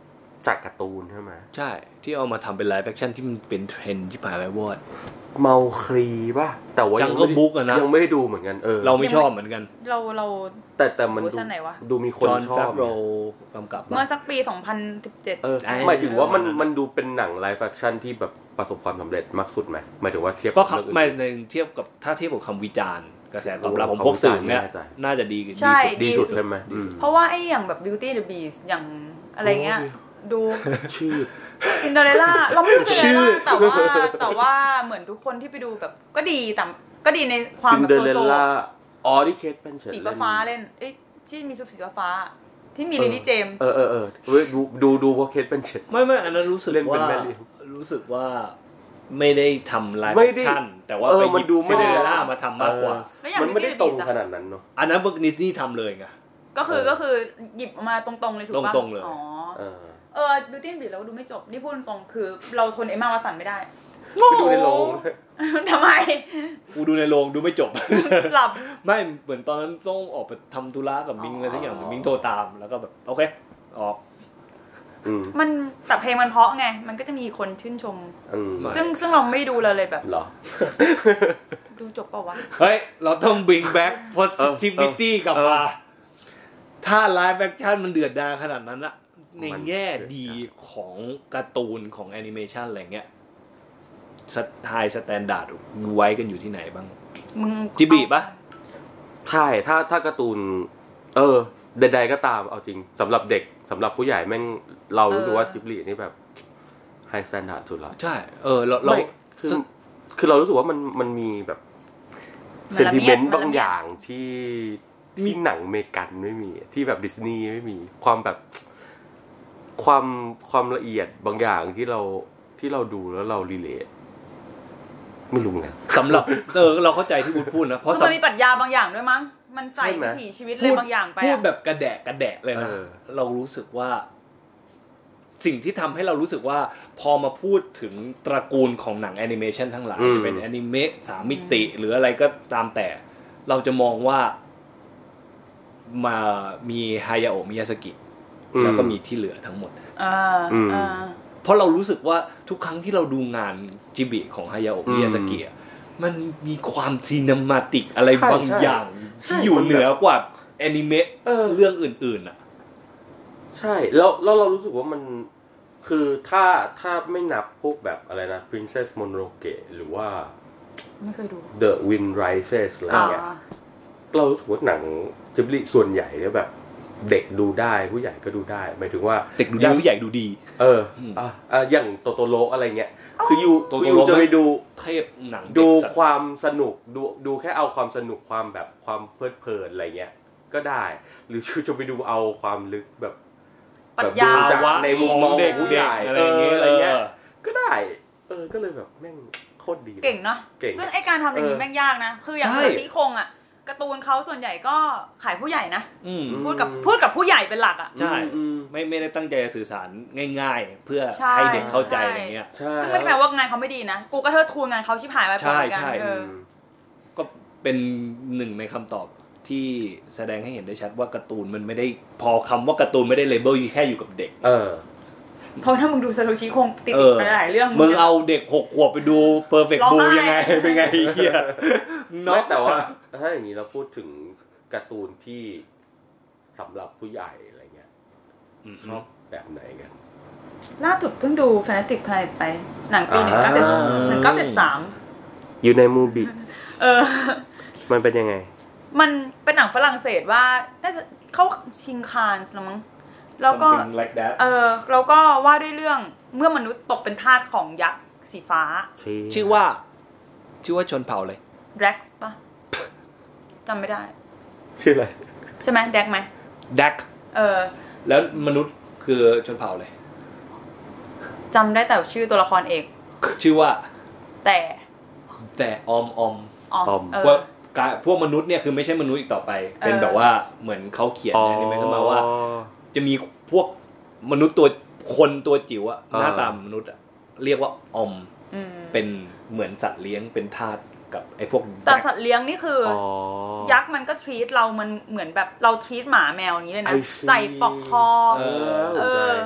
จากการ์ตูนใช่ไหมใช่ที่เอามาทำเป็นไลฟ์แอคชั่นที่มันเป็นเทรนด์ที่ผ่านไปวอดเมาคลีป่ะแต่ว่ายังไม่บุ๊กอะนะยังไม่ได้ดูเหมือนกันเออเราไม่ชอบเหมือนกันเราเราแต่แต่มันดูดูมีคนชอบโรกำกับเมื่อสักปีสองพันสิบเจ็ดเออหมายถึงว่ามันมันดูเป็นหนังไลฟ์แอคชั่นที่แบบประสบความสำเร็จมากสุดไหมหมายถึงว่าเทียบก็ไม่ในเทียบกับถ้าเทียบกับคำวิจารณ์กระแสตอบรับของพวกสื่อเนี่ยน่าจะดีดีสุดดีสุดใช่ไหมเพราะว่าไอ้อย่างแบบ Beauty and the Beast อย่างอะไรเงี้ยดูชื่อซินเดอเรลล่าเราไม่รู้ซินเดอเรลล่าแต่ว่าแต่ว่าเหมือนทุกคนที่ไปดูแบบก็ดีแต่ก็ดีในความแบบโซโซอ๋อที่เคทเป็นสีฟ้าเล่นเอ้ยที่มีซุปสีฟ้าที่มีลิลลี่เจมส์เออเออเออดูดูดูเพราะเคทเป็นเฉดไม่ไม่อันนั้นรู้สึกว่ารู้สึกว่าไม่ได้ทำไลฟ์แอคชั่นแต่ว่าไปดูซินเดอเรลล่ามาทำมากกว่ามันไม่ได้ตรงขนาดนั้นเนาะอันนั้นพวกดิสนีย์ทำเลยไงก็คือก็คือหยิบมาตรงๆเลยถูกป่ะตรงๆเลยอ๋อเออดูติ้นบิดแล้วดูไม่จบนี่พูดตรงคือเราทนเอมม่าวัตสันไม่ได้ไปดูในโรงทำไมกูดูในโรงดูไม่จบหลับไม่เหมือนตอนนั้นต้องออกไปทำธุระกับมิงอะไรสักอย่างมิงโทรตามแล้วก็แบบโอเคออกมันแต่เพลงมันเพราะไงมันก็จะมีคนชื่นชมซึ่งซึ่งเราไม่ดูเลยเลยแบบหรอดูจบป่าววะเฮ้ยเราต้อง bring back positivity กลับมาถ้าไลฟ์แอคชั่นมันเดือดดาลขนาดนั้นอะในแง่ดีของการ์ตูนของแอนิเมชันอะไรเงี้ยไฮสแตนดาร์ดไว้กันอยู่ที่ไหนบ้างมึงจิบิปะใช่ถ้าถ้าการ์ตูนเออใดๆก็ตามเอาจริงสำหรับเด็กสำหรับผู้ใหญ่แม่งเรารู้สึกว่าจิบลินี่แบบไฮสแตนดาร์ดสุดแล้วใช่เออเราเราคือคือเรารู้สึกว่ามันมันมีแบบเซนติเมนต์บางอย่างที่ที่หนังเมกันไม่มีที่แบบดิสนีย์ไม่มีความแบบความความละเอียดบางอย่างที่เราที่เราดูแล้วเรารีเลทไม่รู้ไงสำหรับเออเราเข้าใจที่พูดนะเพราะมันมีปรัชญาบางอย่างด้วยมั้งมันใส่วิถีชีวิตอะไรบางอย่างไปพูดแบบกระแดะกระแดะเลยนะเรารู้สึกว่าสิ่งที่ทำให้เรารู้สึกว่าพอมาพูดถึงตระกูลของหนังแอนิเมชันทั้งหลายจะเป็นแอนิเมะสามมิติหรืออะไรก็ตามแต่เราจะมองว่ามามีฮายาโอะมิยาสกิแล้วก็มีที่เหลือทั้งหมดเพราะเรารู้สึกว่าทุกครั้งที่เราดูงานจิบิของฮายาโอะมิยาสกิมันมีความซีนิมาติกอะไรบางอย่างที่อยู่เหนือกว่าแอนิเมะเรื่องอื่นๆอ่ะใช่แล้วแล้วเรารู้สึกว่ามันคือถ้าถ้าไม่นับพวกแบบอะไรนะ Princess Mononoke หรือว่าไม่เคยดู The Wind Rises อะไรเงี้ยเรารู้สึกว่าหนังจิบลิส่วนใหญ่เนี่ยแบบเด็กดูได้ผู้ใหญ่ก็ดูได้หมายถึงว่าเด็กดูได้ผู้ใหญ่ดูดีเอออ่ะอย่างโตโตโร่อะไรเงี้ยคือยูยูจะไปดูเทพหนังดูความสนุกดูดูแค่เอาความสนุกความแบบความเพลิดเพลินอะไรเงี้ยก็ได้หรือยูจะไปดูเอาความลึกแบบปัญญาในมุมมองผู้ใหญ่อะไรเงี้ยอะไรเงี้ยก็ได้เออก็เลยแบบแม่งโคตรดีเก่งเนาะซึ่งไอการทำอย่างนี้แม่งยากนะคืออย่างที่คงอ่ะการ์ตูนเขาส่วนใหญ่ก็ขายผู้ใหญ่นะพูดกับพูดกับผู้ใหญ่เป็นหลักอ่ะใช่ไม่ไม่ได้ตั้งใจสื่อสารง่ายๆเพื่อให้เด็กเข้าใจอะไรเงี้ยซึ่งไม่ได้แปลว่างานเขาไม่ดีนะกูก็เทิดทูนงานเขาชิบหายไปพอกันก็เป็นหนึ่งในคำตอบที่แสดงให้เห็นได้ชัดว่าการ์ตูนมันไม่ได้พอคำว่าการ์ตูนไม่ได้เลเบลแค่อยู่กับเด็กเออเพราะถ้ามึงดูซาโตชิคงติดๆไปหลายเรื่องมึงเอาเด็กหกขวบไปดู Perfect Blue ยังไงเป็นไงเหี้ยไม่แต่ว่าถ้าอย่างนี้เราพูดถึงการ์ตูนที่สำหรับผู้ใหญ่อะไรเงี้ยชอบแบบไหนกันล่าสุดเพิ่งดู Fantastic Planet ไปหนังปีหนึ่งเก้าเจ็ดสามอยู่ในมูบิเออมันเป็นยังไงมันเป็นหนังฝรั่งเศสว่าน่าจะเข้าชิงคานส์ละมั้งแล้วก็ like เออแล้วก็ว่าด้วยเรื่องเมื่อมนุษย์ตกเป็นทาสของยักษ์สีฟ้าชื่อว่าชื่อว่าชนเผ่าเลยแร็กซ์ป่ะจำไม่ได้ชื่ออะไรใช่ไหมแดกไหมแดกเออแล้วมนุษย์คือชนเผ่าเลยจำได้แต่ชื่อตัวละครเอกชื่อว่าแต่แต่ออมอมออมพวกพวกมนุษย์เนี่ยคือไม่ใช่มนุษย์อีกต่อไปเป็นแบบว่าเหมือนเขาเขียนอะไรนี่ขึ้นมาว่าจะมีพวกมนุษย์ตัวคนตัวจิ๋วอะหน้าตามนุษย์อะเรียกว่าออมเป็นเหมือนสัตว์เลี้ยงเป็นทาสกับไอ้พวกแต่สัตว์เลี้ยงนี่คือยักษ์มันก็ทรีตเรามันเหมือนแบบเราทรีตหมาแมวอย่างนี้เลยนะใส่ปลอกคอเออ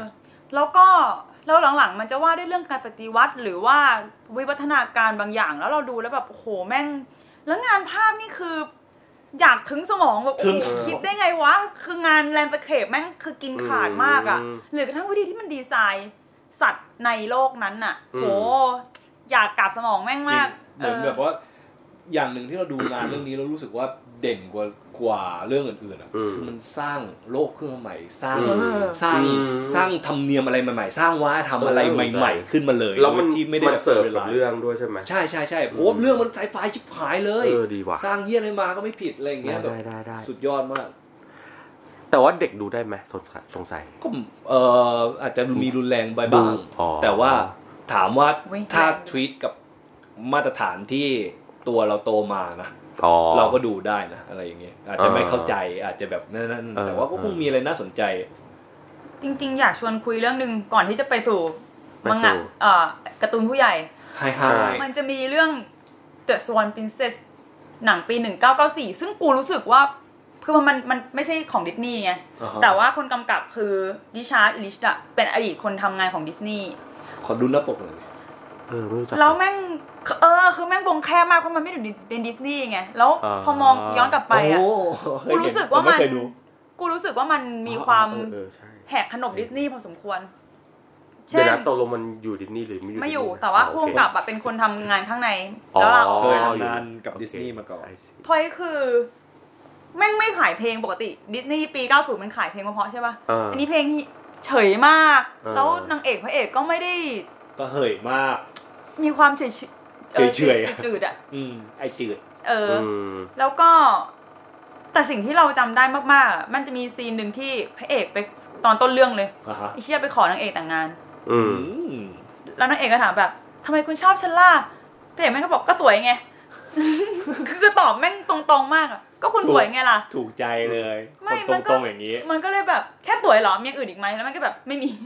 แล้วก็แล้วหลังๆมันจะว่าได้เรื่องการปฏิวัติหรือว่าวิวัฒนาการบางอย่างแล้วเราดูแล้วแบบโอ้โหแม่งแล้วงานภาพนี่คืออยากถึงสมองแบบโอ้โหคิดได้ไงวะคืองานแลนด์สเคปแม่งคือกินขาดมากอ่ะหรือกระทั่งวิธีที่มันดีไซน์สัตว์ในโลกนั้นน่ะโหอยากกลับสมองแม่งมากเหมือนแบบว่าอย่างหนึ่งที่เราดูงานเรื่องนี้เรารู้สึกว่าเด่นกว่ากว่าเรื่องอื่นๆอ่ะคือมันสร้างโลกขึ้นมาใหม่สร้างสร้างสร้างธรรมเนียมอะไรใหม่ๆสร้างวัฒนธรรมอะไรใหม่ๆขึ้นมาเลยแล้วมันที่ไม่ได้เสิร์ฟกับเรื่องด้วยใช่ไหมใช่ใช่ใช่เพราะเรื่องมันไซไฟชิบหายเลยเออดีว่ะสร้างเยี่ยอะไรมาก็ไม่ผิดอะไรอย่างเงี้ยแบบสุดยอดมากแต่ว่าเด็กดูได้ไหมสงสัยก็เอ่ออาจจะมีรุนแรงไปบ้างแต่ว่าถามว่าถ้าทรีตกับมาตรฐานที่ตัวเราโตมานะเราก็ดูได้นะอะไรอย่างเงี้ยอาจจะไม่เข้าใจอาจจะแบบนั่นๆแต่ว่าก็คงมีอะไรน่าสนใจจริงๆอยากชวนคุยเรื่องนึงก่อนที่จะไปสู่มังงะเอ่อการ์ตูนผู้ใหญ่มันจะมีเรื่อง The Swan Princess หนังปีหนึ่งพันเก้าร้อยเก้าสิบสี่ซึ่งกูรู้สึกว่าคือมันมันไม่ใช่ของดิสนีย์ไงแต่ว่าคนกำกับคือริชาร์ดลิชอะเป็นอดีตคนทำงานของดิสนีย์ขอดูหน้าปกหน่อยเออไม่รู้จักแล้วแม่งเออคือแม่งวงแคบมากเพราะมันไม่อยู่ในดิสนีย์ไงแล้วพอมองย้อนกลับไปอ่ะกูรู้สึกว่ามันกูรู้สึกว่ามันมีความแหกขนบดิสนีย์พอสมควรเช่นตกลงมันอยู่ดิสนีย์หรือไม่อยู่ไม่อยู่แต่ว่าผู้กำกับอ่ะเป็นคนทำงานข้างในแล้วเราเคยทำงานกับดิสนีย์มาก่อนทอยคือแม่งไม่ขายเพลงปกติดิสนีย์ปีเก้าสิบมันขายเพลงเพราะใช่ป่ะอันนี้เพลงเฉยมากแล้วนางเอกพระเอกก็ไม่ได้ก็เหยมากมีความเฉยเฉยจืดอ่ะอืมไอจืดเออแล้วก็แต่สิ่งที่เราจำได้มากๆมันจะมีซีนหนึ่งที่พระเอกไปตอนต้นเรื่องเลยไอเชี่ยไปขอนางเอกแต่งงานอืมแล้วนางเอกก็ถามแบบทำไมคุณชอบฉันล่ะพระเอกแม่งก็บอกก็สวยไงคือตอบแม่งตรงๆมากอ่ะก็คุณสวยไงล่ะถูกใจเลยตรงๆอย่างนี้มันก็เลยแบบแค่สวยเหรอมีอย่างอื่นอีกไหมแล้วมันก็แบบไม่มี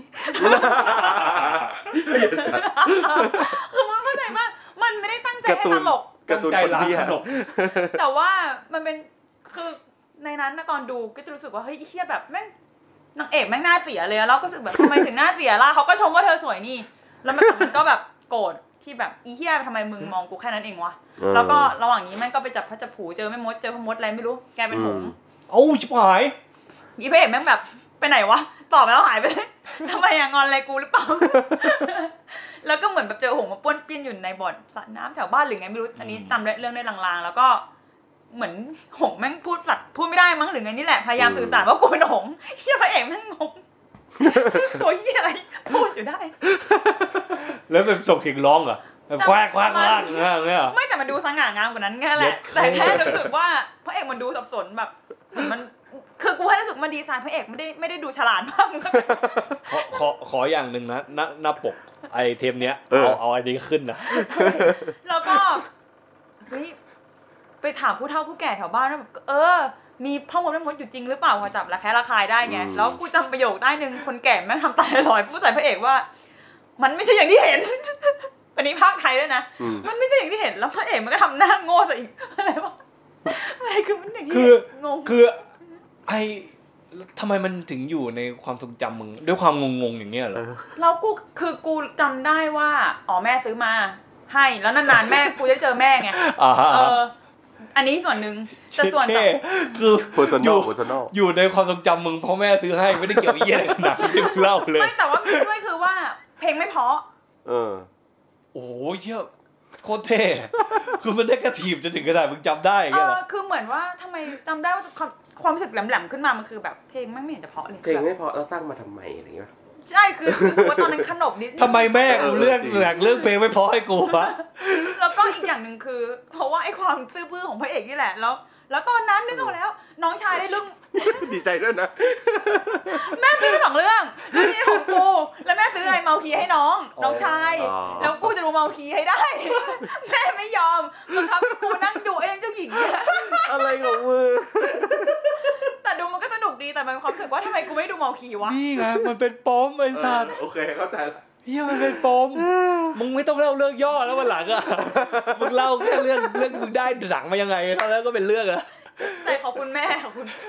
คือมันเข้าใจว่ามันไม่ได้ตั้งใจให้ตลกการ์ตูนคนเดียวแต่ว่ามันเป็นคือในนั้นนะตอนดูก็จะรู้สึกว่าเฮ้ยเชี่ยแบบแม่งนางเอกแม่งหน้าเสียเลยแล้วก็รู้สึกแบบทำไมถึงหน้าเสียล่ะเขาก็ชมว่าเธอสวยนี่แล้วมันก็แบบโกรธที่แบบอีเหี้ยทำไมมึงมองกูแค่นั้นเองวะแล้วก็ระหว่างนี้แม่งก็ไปจับพระจับผูเจอแม่มดเจอพ่อมดอะไรไม่รู้แกเป็นหงส์เอ้าชิบหายอีพระเอกแม่งแบบไปไหนวะตอบไปแล้วหายไปเลยทำไมอย่างอนอะไรกูหรือเปล่าแล้วก็เหมือนแบบเจอหงส์มาป้วนเปี้ยนอยู่ในบ่อสระน้ำแถวบ้านหรือไงไม่รู้อันนี้จำเรื่องได้ลางๆแล้วก็เหมือนหงส์แม่งพูดสัตว์พูดไม่ได้มั้งหรือไงนี่แหละพยายามสื่อสารว่ากูเป็นหงส์เหี้ยพระเอกแม่งงงตัวเหี้ยอะไรพูดอยู่ได้แล้วเป็นส่งเสียงร้องเหรอคว้าคว้าคว้าเงี้ยไม่แต่มันดูสง่างามกว่านั้นแค่แหละแต่แค่รู้สึกว่าพระเอกมันดูสับสนแบบเหมือนมันคือกูให้รู้สึกมันดีไซน์พระเอกไม่ได้ไม่ได้ดูฉลาดมากขอขอขออย่างนึงนะหน้าหน้าปกไอเทมเนี้ยเอาเอาไอ้นี้ขึ้นนะแล้วก็เฮ้ยไปถามผู้เฒ่าผู้แก่แถวบ้านว่าแบบเออมีพ่อมดแม่มดอยู่จริงหรือเปล่าพอจับระแคะระคายได้ไงแล้วกูจำประโยคได้นึงคนแก่แม่งทำตาลอยพูดใส่พระเอกว่ามันไม่ใช่อย่างที่เห็นอันนี้ภาคไทยด้วยนะมันไม่ใช่อย่างที่เห็นแล้วพระเอกมันก็ทำหน้าโง่ใส่อีกอะไรวะอะไรคือมันอย่างที่งงคือไอทำไมมันถึงอยู่ในความทรงจำมึงด้วยความงงๆอย่างเงี้ยเหรอแล้วกูคือกูจำได้ว่าอ๋อแม่ซื้อมาให้แล้วนานๆแม่กูจะเจอแม่ไงเอออันนี้ส่วนหนึ่งแต่ส่วนต่อคืออยู่อยู่ในความทรงจำมึงเพราะแม่ซื้อให้ไม่ได้เกี่ยวกับเยี่ยอะไรขนาดที่เล่าเลยไม่แต่ว่ามีด้วยคือว่าเพลงไม่เพราะเออโอ้ยเหี้ยโคตรเท่คือมันได้กระถีบจนถึงขนาดมึงจำได้อย่างเงี้ยเออคือเหมือนว่าทำไมจำได้ว่าความความรู้สึกแหลมๆขึ้นมามันคือแบบเพลงไม่เห็นจะเพราะเลยเพลงไม่เพราะแล้วตั้งมาทำไมอะไรเงี้ยใช่คือคือว่าตอนนั้นขนบนิดทำไมแม่กูเลือกแหลกเรื่องเพลงไม่เพราะให้กูวะแล้วก็อีกอย่างนึงคือเพราะว่าไอ้ความซื่อบื้อของพระเอกนี่แหละแล้วแล้วตอนนั้นนึกออกแล้วน้องชายได้เรื่องดีใจด้วยนะแม่ซื้อสองเรื่องเรื่องนี้ของกูแล้วแม่ซื้ออะไรเมาคีให้น้องน้องชายแล้วกูจะดูเมาคีให้ได้แม่ไม่ยอมบังคับกูนั่งดูไอ้เจ้าหญิงอะไรของมึงแต่ดูมันก็สนุกดีแต่มันความรู้สึกว่าทำไมกูไม่ดูเมาคีวะนี่ไงมันเป็นปมไอ้สัตว์โอเคเข้าใจละเฮียมันเป็นปมมึงไม่ต้องเล่าเรื่องย่อแล้ววันหลังอ่ะมึงเล่าแค่เรื่องเรื่องมึงได้หนังมายังไงแล้วก็เป็นเรื่องอะแต่ขอบคุณแม่ขอบคุณ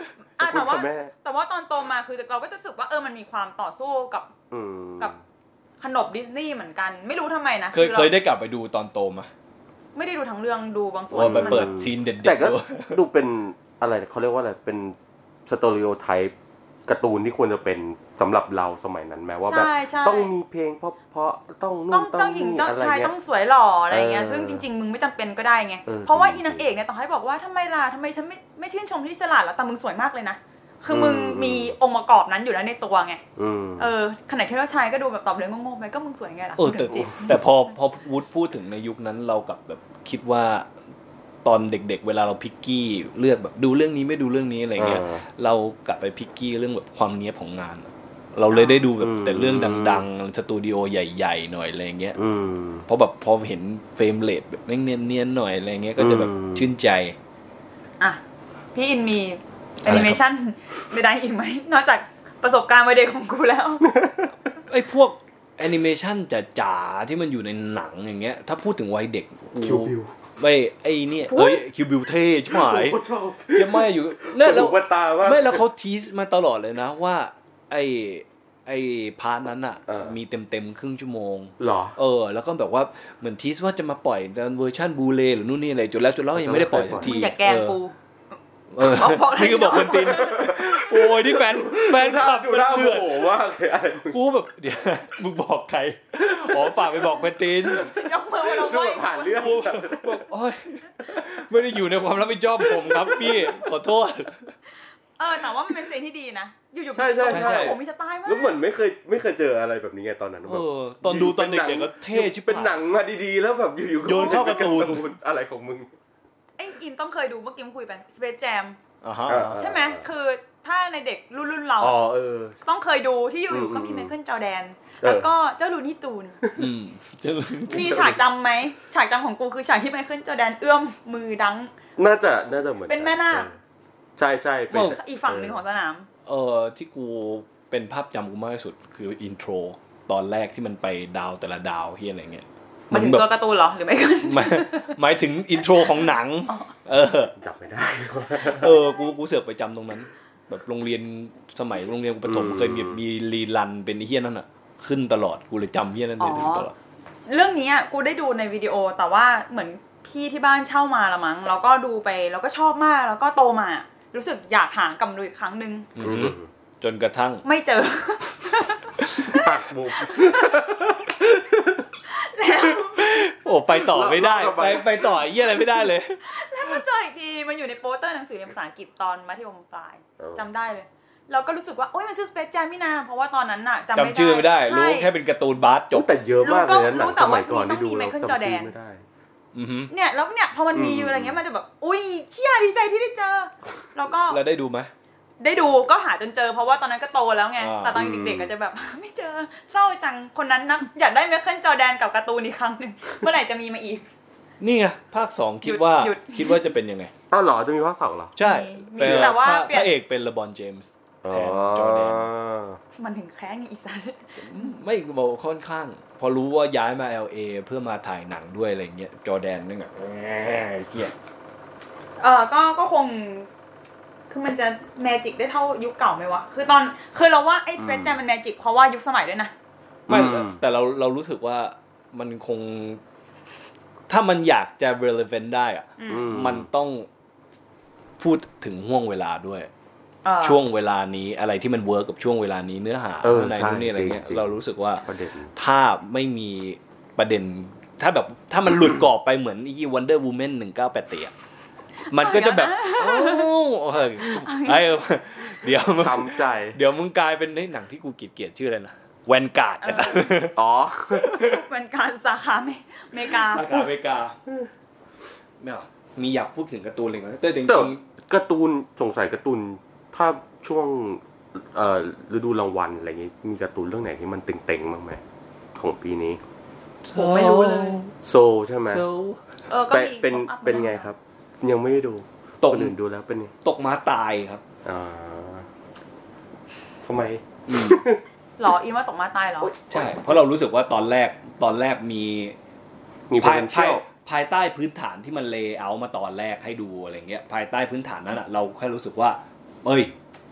แต่ว่าแต่ว่าตอนโตมาคือเราก็รู้สึกว่าเออมันมีความต่อสู้กับกับขนบดิสนีย์เหมือนกันไม่รู้ทำไมนะเคยเคยได้กลับไปดูตอนโตมาไม่ได้ดูทั้งเรื่องดูบางส่วนมันเปิดซีนเด็ดๆแต่ก็ดูเป็นอะไรเขาเรียกว่าอะไรเป็นสเตอริโอไทป์การ์ตูนที่ควรจะเป็นสำหรับเราสมัยนั้นแม้ว่าแบบต้องมีเพลงเพราะเพราะต้องนู่นต้องนี่อะไรเงี้ยต้องสวยหล่ออะไรเงี้ยซึ่งจริงๆมึงไม่จำเป็นก็ได้ไงเพราะว่าอีนางเอกเนี่ยต่อให้บอกว่าทำไมล่ะทำไมฉันไม่ไม่ชื่นชมที่ฉลาดแล้วแต่มึงสวยมากเลยนะคือมึงมีองค์ประกอบนั้นอยู่แล้วในตัวไงเออขณะที่เราชายก็ดูแบบตอบเลยงงๆไปก็มึงสวยไงล่ะเออแต่แต่พอพอวุฒิพูดถึงในยุคนั้นเรากับแบบคิดว่าตอนเด็กๆเวลาเราพิกกี้เลือกแบบดูเรื่องนี้ไม่ดูเรื่องนี้อะไรเงี้ยเรากลับไปพิกกี้เรื่องแบบความเนี้ยบของงานเราเลยได้ดูแบบแต่เรื่องดังๆสตูดิโอใหญ่ๆหน่อยอะไรเงี้ยเพราะแบบพอเห็นเฟรมเรทแบบแม่งเนียนๆหน่อยอะไรเงี้ยก็จะแบบชื่นใจอ่ะพี่อินมีแอนิเมชั่นใดๆอีกไหมนอกจากประสบการณ์วัยเด็กของกูแล้วไอ้พวกแอนิเมชั่นจ๋าๆที่มันอยู่ในหนังอย่างเงี้ยถ้าพูดถึงวัยเด็กกูไม่ไอ้นี่เอ้ยคิวบิวเท่ใช่ไหมยังไม่อยู่นั่นแล้วไม่แล้วเขาทีสมาตลอดเลยนะว่าไอ้ไอ้พาร์ทนั้นอ่ะมีเต็มๆครึ่งชั่วโมงหรอเออแล้วก็แบบว่าเหมือนทีสว่าจะมาปล่อยในเวอร์ชันบูเลหรือนู่นนี่อะไรจนแล้วจนแล้วยังไม่ได้ปล่อยสักทีอย่าแกล้งกูเออนี่คือบอกคนตินโอ้ยที่แฟนแฟนคลับดูน่าโมโหมากเลยอะไรกูแบบเดี๋ยวมึงบอกใครอ๋อฝากไปบอกคนตินยกมือมาเราไม่ผ่านเรื่องบอกโอ้ยไม่ได้อยู่ในความรับผิดชอบผมครับพี่ขอโทษเออแต่ว่ามันเป็นสิ่งที่ดีนะอยู่ๆใช่ใช่ใช่ผมมีสไตล์มากแล้วเหมือนไม่เคยไม่เคยเจออะไรแบบนี้ไงตอนนั้นเออตอนดูตอนเด็กๆก็เท่ชิบเป็นหนังมาดีๆแล้วแบบอยู่ๆโยนเข้าการ์ตูนอะไรของมึงไอ้อินต้องเคยดูเมื่อกี้คุยไป Space Jam ใช่ไหมคือถ้าในเด็กรุ่นๆเราต้องเคยดูที่อยู่ๆก็มีไมเคิลจอร์แดนแล้วก็เจ้าลูนี่ตูนมีฉากจำไหมฉากจำของกูคือฉากที่ไมเคิลจอร์แดนเอื้อมมือดังน่าจะน่าจะเหมือนเป็นแม่นาคใช่ใช่เป็นอีกฝั่งหนึ่งของสนามเออที่กูเป็นภาพจำกูมากที่สุดคืออินโทรตอนแรกที่มันไปดาวแต่ละดาวที่อะไรเงี้ยมันถึงตัวการ์ตูนเหรอหรือไม่กันหมายถึงอินโทรของหนังเออจำไม่ได้เออกูกูเสือกไปจำตรงนั้นแบบโรงเรียนสมัยโรงเรียนประถมเคยมีมีรีรันเป็นเฮี้ยนั่นอ่ะขึ้นตลอดกูเลยจำเฮี้ยนั่นได้ตลอดเรื่องนี้กูได้ดูในวิดีโอแต่ว่าเหมือนพี่ที่บ้านเช่ามาละมั้งแล้วก็ดูไปแล้วก็ชอบมากแล้วก็โตมารู้สึกอยากหากลับมาดูอีกครั้งนึงจนกระทั่งไม่เจอปักบุกแล้วโอ้ไปต่อไม่ได้ไปไปต่อเยี่ยอะไรไม่ได้เลยแล้วมาเจออีกทีมันอยู่ในโปสเตอร์หนังสือเรียนภาษาอังกฤษตอนมัธยมปลายจำได้เลยเราก็รู้สึกว่าโอ๊ยมันชื่อ Space Jam นี่นาเพราะว่าตอนนั้นน่ะจำไม่ได้จำชื่อไม่ได้รู้แค่เป็นการ์ตูนบาสจบแต่เยอะมากเลยนะหนังสมัยก่อนที่ดูเราจำชื่อไม่ได้เนี่ยแล้วเนี่ยพอมันมีอยู่อะไรเงี้ยมันจะแบบอุ้ยเชี่ยดีใจที่ได้เจอแล้วก็แล้วได้ดูไหมได้ดูก็หาจนเจอเพราะว่าตอนนั้นก็โตแล้วไงแต่ตอนเด็กๆก็จะแบบไม่เจอเศร้าจังคนนั้นนะอยากได้ไมเคิลจอร์แดนกับการ์ตูนอีกครั้งนึงเมื่อไหร่จะมีมาอีกนี่ไงภาคสองคิดว่าคิดว่าจะเป็นยังไงอ้าวเหรอจะมีภาคสองเหรอใช่แต่ว่าพระเอกเป็นเลบอนเจมส์แทนจอร์แดนมันถึงแค้นอีสันไม่บอกค่อนข้างพอรู้ว่าย้ายมา แอล เอ เพื่อมาถ่ายหนังด้วยอะไรเงี้ยจอร์แดนนึงอ่ะเหี้ยเออก็ก็คงคือมันจะแมจิกได้เท่ายุคเก่าไหมวะคือตอนคือเราว่าไอ้สเปซแจมมันแมจิกเพราะว่ายุคสมัยด้วยนะไม่แต่เราเรารู้สึกว่ามันคงถ้ามันอยากจะ relevant ได้อ่ะมันต้องพูดถึงห่วงเวลาด้วยช่วงเวลานี้อะไรที่มันเวิร์กกับช่วงเวลานี้เนื้อหาในนู่นนี่อะไรเงี้ยเรารู้สึกว่าถ้าไม่มีประเด็นถ้าแบบถ้ามันหลุดกรอบไปเหมือนอี Wonder Woman หนึ่งเก้าแปดเตียมันก็จะแบบโอ้ไอ้เดี๋ยวมึงทำใจเดี๋ยวมึงกลายเป็นในหนังที่กูเกลียดชื่ออะไรนะแวนการ์ดอ๋อแวนการ์ดสาขาเมกาสาขาเมกาไม่เอามีอยากพูดถึงการ์ตูนอะไรมั้ยแต่จริงๆการ์ตูนสงสัยการ์ตูนถ้าช่วงเอ่อฤดูรางวัลอะไรงี้มีการ์ตูนเรื่องไหนที่มันเต็งๆบ้างมั้ยของปีนี้ผมไม่รู้เลยโซใช่มั้ยเออก็มีเป็นเป็นไงครับยังไม่ได้ดูตกอื่นดูแล้วเป็นไงตกม้าตายครับอ่าทำไมหรออีว่าตกม้าตายเหรอใช่เพราะเรารู้สึกว่าตอนแรกตอนแรกมีมีภายภายภายใต้พื้นฐานที่มันเลย์เอาท์มาตอนแรกให้ดูอะไรเงี้ยภายใต้พื้นฐานนั้นอ่ะเราแค่รู้สึกว่าเอ้ย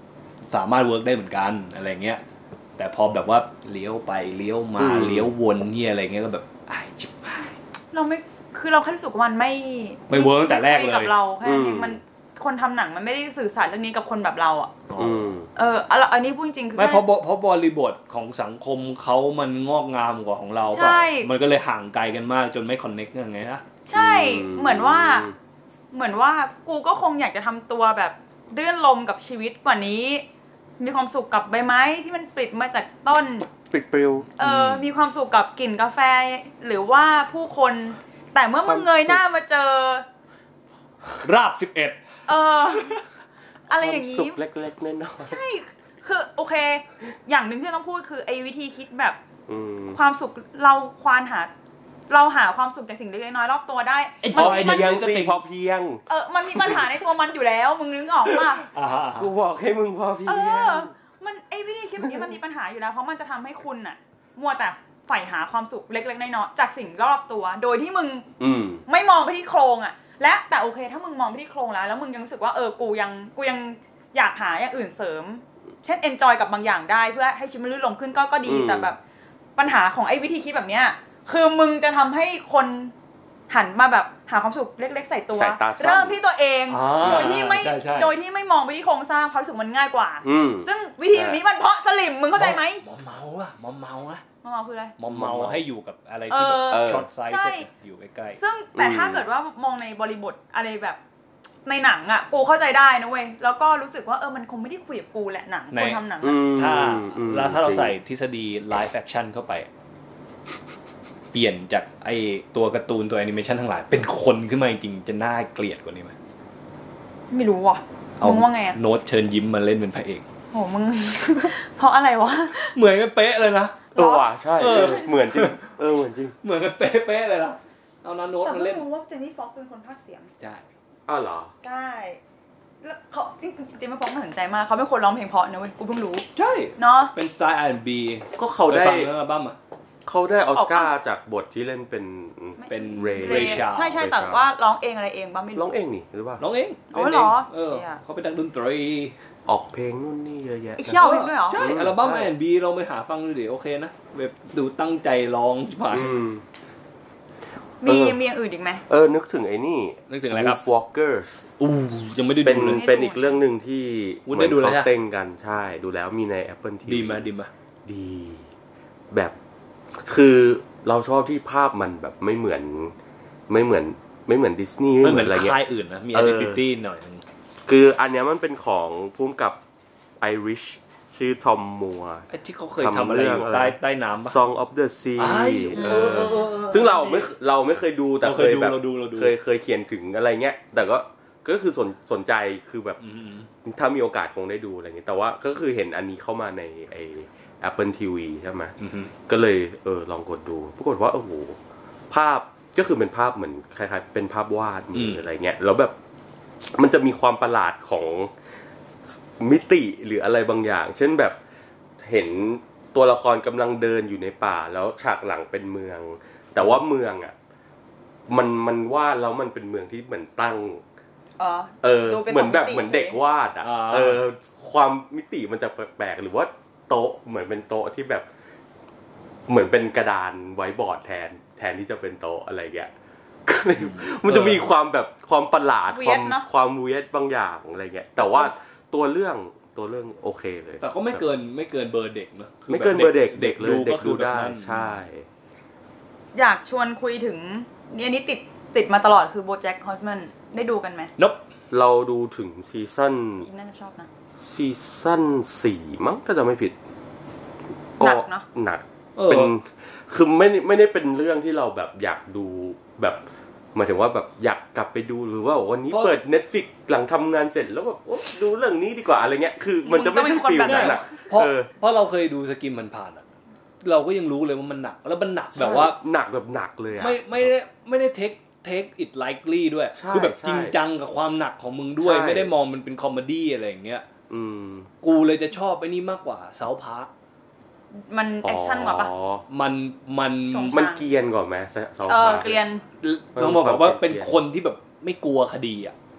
สามารถเวิร์กได้เหมือนกันอะไรเงี้ยแต่พอแบบว่าเลี้ยวไปเลี้ยวมาเลี้ยววนเฮียอะไรเงี้ยก็แบบไอ้ชิบหายเราไม่คือเราแค่รู้สึกว่ามันไม่ไม่เวิร์กแต่แรกเลยกับเราแค่นี้มันคนทำหนังมันไม่ได้สื่อสารเรื่องนี้กับคนแบบเราอ่ะเอออันนี้พูดจริงคือไม่เพราะเพราะบริบทของสังคมเขามันงอกงามกว่าของเราป่ะมันก็เลยห่างไกลกันมากจนไม่คอนเนคกันไงนะใช่เหมือนว่าเหมือนว่ากูก็คงอยากจะทำตัวแบบเรื่อนลมกับชีวิตกว่านี้มีความสุขกับใบไม้ที่มันปลิดมาจากต้นปลิดปลิวเออมีความสุขกับกลิ่นกาแฟหรือว่าผู้คนแต่เมื่อมึงเงยหน้ามาเจอราบสิบเอ็ดเอออะไรอย่างนี้สุขเล็กๆน้อยๆใช่คือโอเคอย่างนึงที่ต้องพูดคือไอ้วิธีคิดแบบความสุขเราควานหาเราหาความสุขจากสิ่งเล็กๆน้อยๆรอบตัวได้มันยังสิพอเพียงเออมันมีปัญหาในตัวมันอยู่แล้วมึงนึกออกป่ะกูบอกให้มึงพอเพียงเออมันไอ้วิธีคิดแบบนี้มันมีปัญหาอยู่แล้วเพราะมันจะทำให้คุณน่ะมัวแต่ใฝ่หาความสุขเล็กๆน้อยๆจากสิ่งรอบตัวโดยที่มึงไม่มองไปที่โครงอ่ะและแต่โอเคถ้ามึงมองไปที่โครงแล้วแล้วมึงยังรู้สึกว่าเออกูยังกูยังอยากหาอย่างอื่นเสริมเช่น enjoy กับบางอย่างได้เพื่อให้ชีวิตมันลื่นลมขึ้นก็ก็ดีแต่แบบปัญหาของไอ้วิธีคิดแบบเนี้ยคือมึงจะทำให้คนหันมาแบบหาความสุขเล็กๆใส่ตัวเริ่มที่ตัวเองโดยที่ไม่โดยที่ไม่มองไปที่โครงสร้างความรู้สึกมันง่ายกว่าซึ่งวิธีนี้มันเพราะสลิมมึงเข้าใจไหมมอมเมาอะมอมเมาอะมอมเมาคืออะไรมอมเมาให้อยู่กับอะไรที่แบบช็อตไซส์อยู่ใกล้ๆซึ่งแต่ถ้าเกิดว่ามองในบริบทอะไรแบบในหนังอ่ะกูเข้าใจได้นะเว้ยแล้วก็รู้สึกว่าเออมันคงไม่ได้คุยกับกูแหละหนังคนทำหนังถ้าแล้วถ้าเราใส่ทฤษฎีไลฟ์แฟคชั่นเข้าไปเปลี่ยนจากไอตัวการ์ตูนตัวแอนิเมชันทั้งหลายเป็นคนขึ้นมาจริงๆจะน่าเกลียดกว่านี้ไหมไม่รู้ว่ะมึงว่าไงอ่ะโน้ตเชิญยิ้มมาเล่นเป็นพระเอกโหมึงเพราะอะไรวะเหมือนกันเป๊ะเลยนะเออว่ะใช่เหมือนจริงเออเหมือนจริงเหมือนกันเป๊ะๆเลยนะเอาน้าโน้ตมาเล่นแต่ไม่รู้ว่าเจนนี่ฟ็อกเป็นคนพากย์เสียงใช่อ้าวเหรอใช่แล้วเขาจริงจริงๆมันฟ็อกน่าสนใจมากเขาเป็นคนร้องเพลงเพราะนะเว้ยกูเพิ่งรู้ใช่เนาะเป็นสไตล์ อาร์ แอนด์ บีก็เขาได้ฟังเรื่องอัลบั้มอ่ะเขาได้ออสการ์จากบทที่เล่นเป็นเป็นเรย์ใช่ใช่แต่ว่าร้องเองอะไรเองบ้างไม่รู้ร้องเองนี่หรือว่าร้องเองอ๋อเหรอเออเขาเป็นนักดนตรีออกเพลงนู่นนี่เยอะแยะเชี่ยวเพลงด้วยเหรอใช่อัลบั้ม อาร์ แอนด์ บี เราไปหาฟังดูดิโอเคนะแบบดูตั้งใจร้องผ่านมีมีอย่างอื่นอีกไหมเออนึกถึงไอ้นี่นึกถึงอะไรครับ Walkers อู้ยังไม่ได้ดูเลยเป็นอีกเรื่องนึงที่เหมือนเขาเต้นกันใช่ดูแล้วมีใน Apple ที วีดีมั้ยดีมั้ยดีแบบคือเราชอบที่ภาพมันแบบไม่เหมือนไม่เหมือนไม่เหมือนดิสนีย์ไม่เหมือนอะไรเงี้ยค่ายอื่นนะมี identity หน่อยนึงคืออันเนี้ยมันเป็นของพุ่มกับไอริชชื่อทอมมัวไอ้ที่เขาเคยทำอะไรใต้ใต้น้ำป่ะ Song of the Sea เออซึ่งเราไม่เราไม่เคยดูแต่เคยแบบเคยเคยเขียนถึงอะไรเงี้ยแต่ก็ก็คือสนสนใจคือแบบถ้ามีโอกาสคงได้ดูอะไรเงี้ยแต่ว่าก็คือเห็นอันนี้เข้ามาในไอApple ที วี ใช่ไหมก็เลยเออลองกดดูปรากฏว่าโอ้โหภาพก็คือเป็นภาพเหมือนคล้ายๆเป็นภาพวาดมืออะไรเงี้ยแล้วแบบมันจะมีความประหลาดของมิติหรืออะไรบางอย่างเช่นแบบเห็นตัวละครกำลังเดินอยู่ในป่าแล้วฉากหลังเป็นเมืองแต่ว่าเมืองอ่ะมันมันวาดแล้วมันเป็นเมืองที่เหมือนตั้งเออเหมือนแบบเหมือนเด็กวาดอ่ะเออความมิติมันจะแปลกๆหรือว่าโต๊ะเหมือนเป็นโต๊ะที่แบบเหมือนเป็นกระดานไว้บอร์ดแทนแทนที่จะเป็นโต๊ะอะไรเงี้ยมันจะมีความแบบความประหลาดความความเวียดบางอย่างอะไรเงี้ยแต่ว่าตัวเรื่องตัวเรื่องโอเคเลยแต่ก็ไม่เกินไม่เกินเบอร์เด็กนะไม่เกินเบอร์เด็กเด็กเลยเด็กดูได้ใช่อยากชวนคุยถึงนี่อันนี้ติดติดมาตลอดคือ BoJack Horseman ได้ดูกันไหมนบเราดูถึงซีซั่นน่าจะชอบนะซีซั่นสี่มั้งถ้าจะไม่ผิดหนักเนาะหนักเป็นคือไม่ไม่ได้เป็นเรื่องที่เราแบบอยากดูแบบหมายถึงว่าแบบอยากกลับไปดูหรือว่าวันนี้เปิด Netflix หลังทำงานเสร็จแล้วแบบดูเรื่องนี้ดีกว่าอะไรเงี้ยคือมันจะไม่ใช่ฟีลนั้นอ่ะเพราะเพราะเราเคยดูสกิมมันผ่านอ่ะเราก็ยังรู้เลยว่ามันหนักแล้วมันหนักแบบว่าหนักแบบหนักเลยอ่ะไม่ไม่ได้ไม่ได้เทคเทค it likely ด้วยคือแบบจริงจังกับความหนักของมึงด้วยไม่ได้มองมันเป็นคอมเมดี้อะไรอย่างเงี้ยอืมกูเลยจะชอบไอ้นี่มากกว่า South Park มันแอคชั่นกว่าปะมันมันมันเกรียนกว่าไหมเออเกรียนต้องบอกว่าเป็นคนที่แบบไม่กลัวคดีอ่ะ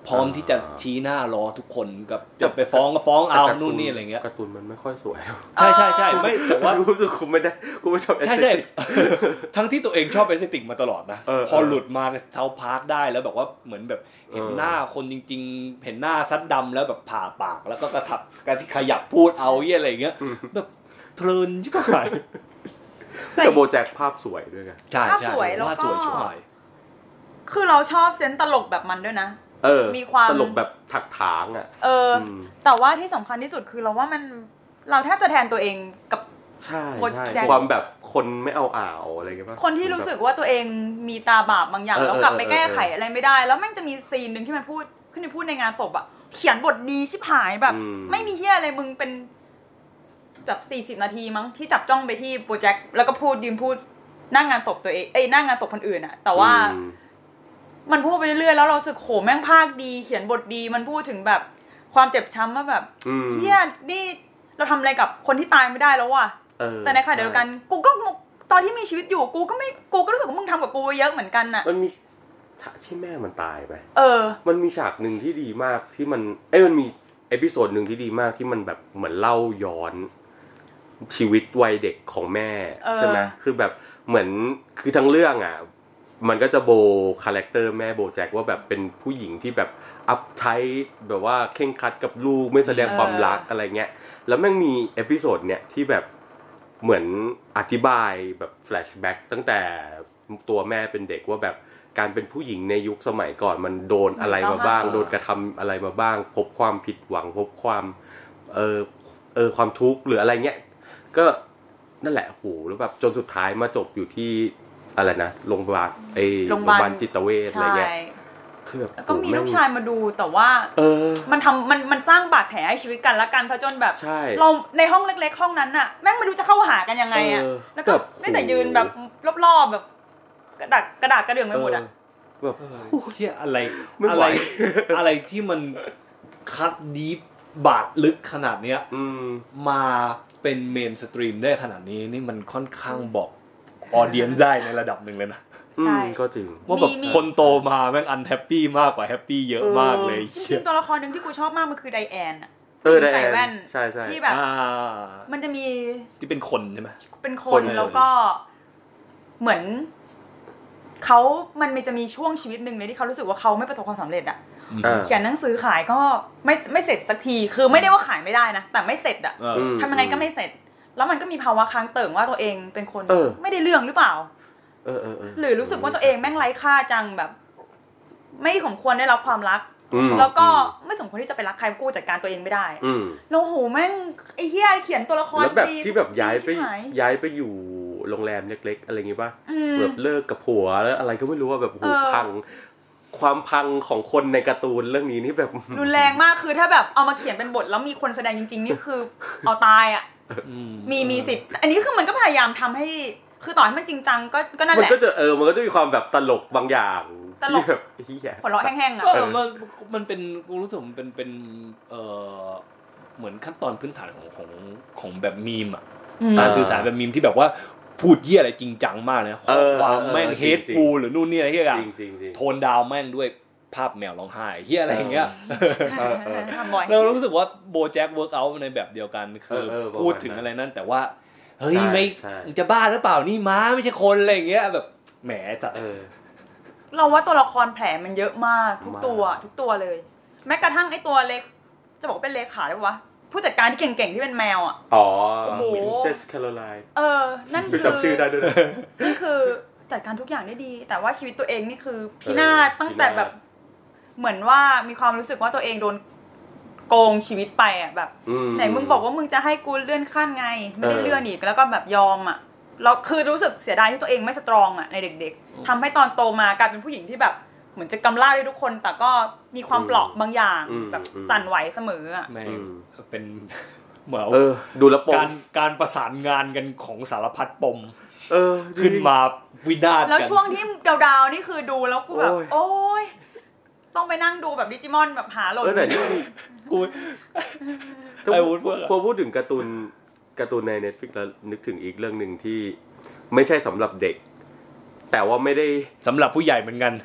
พร้อมที่จะชี้หน้ารอทุกคนกับจะไปฟ้องก็ฟ้องเอานู่นนี่อะไรเงี้ยการ์ตูนมันไม่ค่อยสวยใช่ใช่ใช่ไม่แต่ว่ารู้สึกคุณไม่ได้คุณไม่ชอบเอสเธติกทั้งที่ตัวเองชอบเอสเธติกมาตลอดนะพอหลุดมาเซาท์พาร์คได้แล้วแบบว่าเหมือนแบบเห็นหน้าคนจริงๆเห็นหน้าซัดดำแล้วแบบผ่าปากแล้วก็กระทับกระขยับพูดเอาเหี้ยอะไรเงี้ยแบบเพลินชิบหายแต่โบแจ็คภาพสวยด้วยไงใช่ภาพสวยแล้วก็คือเราชอบเซนส์ตลกแบบมันด้วยนะเออมีความตลกแบบถักถางอ่ะเออแต่ว่าที่สำคัญที่สุดคือเราว่ามันเราแทบจะแทนตัวเองกับใช่ใช่ความแบบคนไม่เอาอ่าวอะไรเงี้ยป่ะคนที่รู้สึกว่าตัวเองมีตาบาปบางอย่างแล้วกลับไปแก้ไขอะไรไม่ได้แล้วแม่งจะมีซีนนึงที่มันพูดขึ้นไปพูดในงานศพอ่ะเขียนบทดีชิบหายแบบไม่มีเหี้ยอะไรมึงเป็นแบบสี่สิบนาทีมั้งที่จับจ้องไปที่โปรเจกต์แล้วก็พูดยืมพูดหน้างานศพตัวเองเอ้ยหน้างานศพคนอื่นอ่ะแต่ว่ามันพูดไปเรื่อยๆแล้วเราสึกโหแม่งภาคดีเขียนบทดีมันพูดถึงแบบความเจ็บช้ำว่าแบบเฮียนี่เราทำอะไรกับคนที่ตายไม่ได้แล้วว่ะแต่ในขณะเดียวกันกูก็ตอนที่มีชีวิตอยู่กูก็ไม่กูก็รู้สึกว่ามึงทำกับกูเยอะเหมือนกันน่ะมันมีฉากที่แม่มันตายไปเออมันมีฉากนึงที่ดีมากที่มันเอ้ยมันมีเอพิโซดนึงที่ดีมากที่มันแบบเหมือนเล่าย้อนชีวิตวัยเด็กของแม่ใช่ไหมคือแบบเหมือนคือทั้งเรื่องอ่ะมันก็จะโบคาแรคเตอร์แม่โบแจ็คว่าแบบเป็นผู้หญิงที่แบบอัพใช้แบบว่าเคร่งครัดกับลูกไม่แสดงความรักอะไรเงี้ยแล้วแม่งมีเอพิโซดเนี้ยที่แบบเหมือนอธิบายแบบแฟลชแบ็กตั้งแต่ตัวแม่เป็นเด็กว่าแบบการเป็นผู้หญิงในยุคสมัยก่อนมันโดนอะไรมาบ้างโดนกระทำอะไรมาบ้างพบความผิดหวังพบความเออเออความทุกข์หรืออะไรเงี้ยก็นั่นแหละโหแล้วแบบจนสุดท้ายมาจบอยู่ที่อะไรนะโรงพยาบาลไอ้โรงพยาบาลจิตเวชอะไรเงี้ยคือแบบก็มีลูกชายมาดูแต่ว่าเออมันทำมันมันสร้างบาดแผลให้ชีวิตกันละกันเพราะจนแบบเราในห้องเล็กๆห้องนั้นน่ะแม่งไม่รู้จะเข้าหากันยังไงอ่ะแล้วก็ได้แต่ยืนแบบรอบๆแบบกระดาษกระดาษกระเดื่องไปหมดอ่ะแบบเหี้ยอะไรอะไรอะไรที่มันคัดดีฟบาดลึกขนาดเนี้ยมาเป็นเมนสตรีมได้ขนาดนี้นี่มันค่อนข้างบอกออเดียนได้ในระดับหนึ่งเลยนะใช่ก็จริงว่าแบบคนโตมาแม่งอันแฮปปี้มากกว่าแฮปปี้เยอะมากเลยจริงๆตัวละครนึงที่กูชอบมากมันคือไดแอนอะเออไดแอนใช่ๆที่แบบมันจะมีที่เป็นคนใช่ไหมเป็นคนแล้วก็เหมือนเขามันจะมีช่วงชีวิตนึงเลยที่เขารู้สึกว่าเขาไม่ประสบความสำเร็จอะเขียนหนังสือขายก็ไม่ไม่เสร็จสักทีคือไม่ได้ว่าขายไม่ได้นะแต่ไม่เสร็จอะทำยังไงก็ไม่เสร็จแล้วมันก็มีภาวะค้างเติ่งว่าตัวเองเป็นคนไม่ได้เรื่องหรือเปล่าเออเออหรือรู้สึกว่าตัวเองแม่งไร้ค่าจังแบบไม่สมควรได้รับความรักแล้วก็ไม่สมควรที่จะไปรักใครกู้จัดการตัวเองไม่ได้แล้วโหแม่งไอ้เหี้ยเขียนตัวละครแล้วแบบที่แบบย้ายไปย้ายไปอยู่โรงแรมเล็กๆอะไรอย่างงี้ป่ะแบบเลิกกับผัวแล้วอะไรก็ไม่รู้ว่าแบบโหพังความพังของคนในการ์ตูนเรื่องนี้นี่แบบรุนแรงมากคือถ้าแบบเอามาเขียนเป็นบทแล้วมีคนแสดงจริงๆนี่คือเอาตายอ่ะมีมีสิทธิ์อันนี้คือมันก็พยายามทำให้คือต่อให้มันจริงจังก็ก็นั่นแหละมันก็จะเออมันก็จะมีความแบบตลกบางอย่างตลกแบบหัวเราะแห้งๆอ่ะก็มันมันเป็นกูรู้สึกมันเป็นเป็นเอ่อเหมือนขั้นตอนพื้นฐานของของของแบบมีมอ่ะการสื่อสารแบบมีมที่แบบว่าพูดเหี้ยอะไรจริงจังมากเลยความแม่งเฮดฟูลหรือนู่นนี่อะไรเหี้ยอ่ะโทนดาวแม่งด้วยภาพแมวร้องไห้เหี้ยอะไรอย่างเงี้ยเรารู้สึกว่าโบแจ็คเวิร์กเอาท์ในแบบเดียวกันคือพูดถึงอะไรนั่นแต่ว่าเฮ้ยไม่จะบ้าหรือเปล่านี่ม้าไม่ใช่คนอะไรอย่างเงี้ยแบบแหมจะเออเราว่าตัวละครแผลมันเยอะมากทุกตัวทุกตัวเลยแม้กระทั่งไอ้ตัวเล็กจะบอกเป็นเลขาได้ปะวะผู้จัดการที่เก่งๆที่เป็นแมวอ่ะอ๋อ Princess Caroline เออนั่นคือจำชื่อได้ด้วยนั่นคือจัดการทุกอย่างได้ดีแต่ว่าชีวิตตัวเองนี่คือพินาศตั้งแต่แบบเหมือนว่ามีความรู้สึกว่าตัวเองโดนโกงชีวิตไปอ่ะแบบไหนมึงบอกว่ามึงจะให้กูเลื่อนขั้นไงไม่ได้เลื่อนอีกแล้วก็แบบยอมอ่ะเราคือรู้สึกเสียดายที่ตัวเองไม่สตรองอ่ะในเด็กๆทำให้ตอนโตมากลายเป็นผู้หญิงที่แบบเหมือนจะกำล่าได้ทุกคนแต่ก็มีความเปราะบางอย่างแบบสั่นไหวเสมออ่ะเป็นเหมือนดูแลวการการประสานงานกันของสารพัดปมขึ้นมาวินาศกันแล้วช่วงที่ดาวๆนี่คือดูแล้วกูแบบโอ๊ยต้องไปนั่งดูแบบดิจิมอนแบบหาโหลดแต่นี่กูไอ้พูดพอพูดถึงการ์ตูนการ์ตูนใน Netflix แล้วนึกถึงอีกเรื่องนึงที่ไม่ใช่สำหรับเด็กแต่ว่าไม่ได้สำหรับผู้ใหญ่เหมือนกัน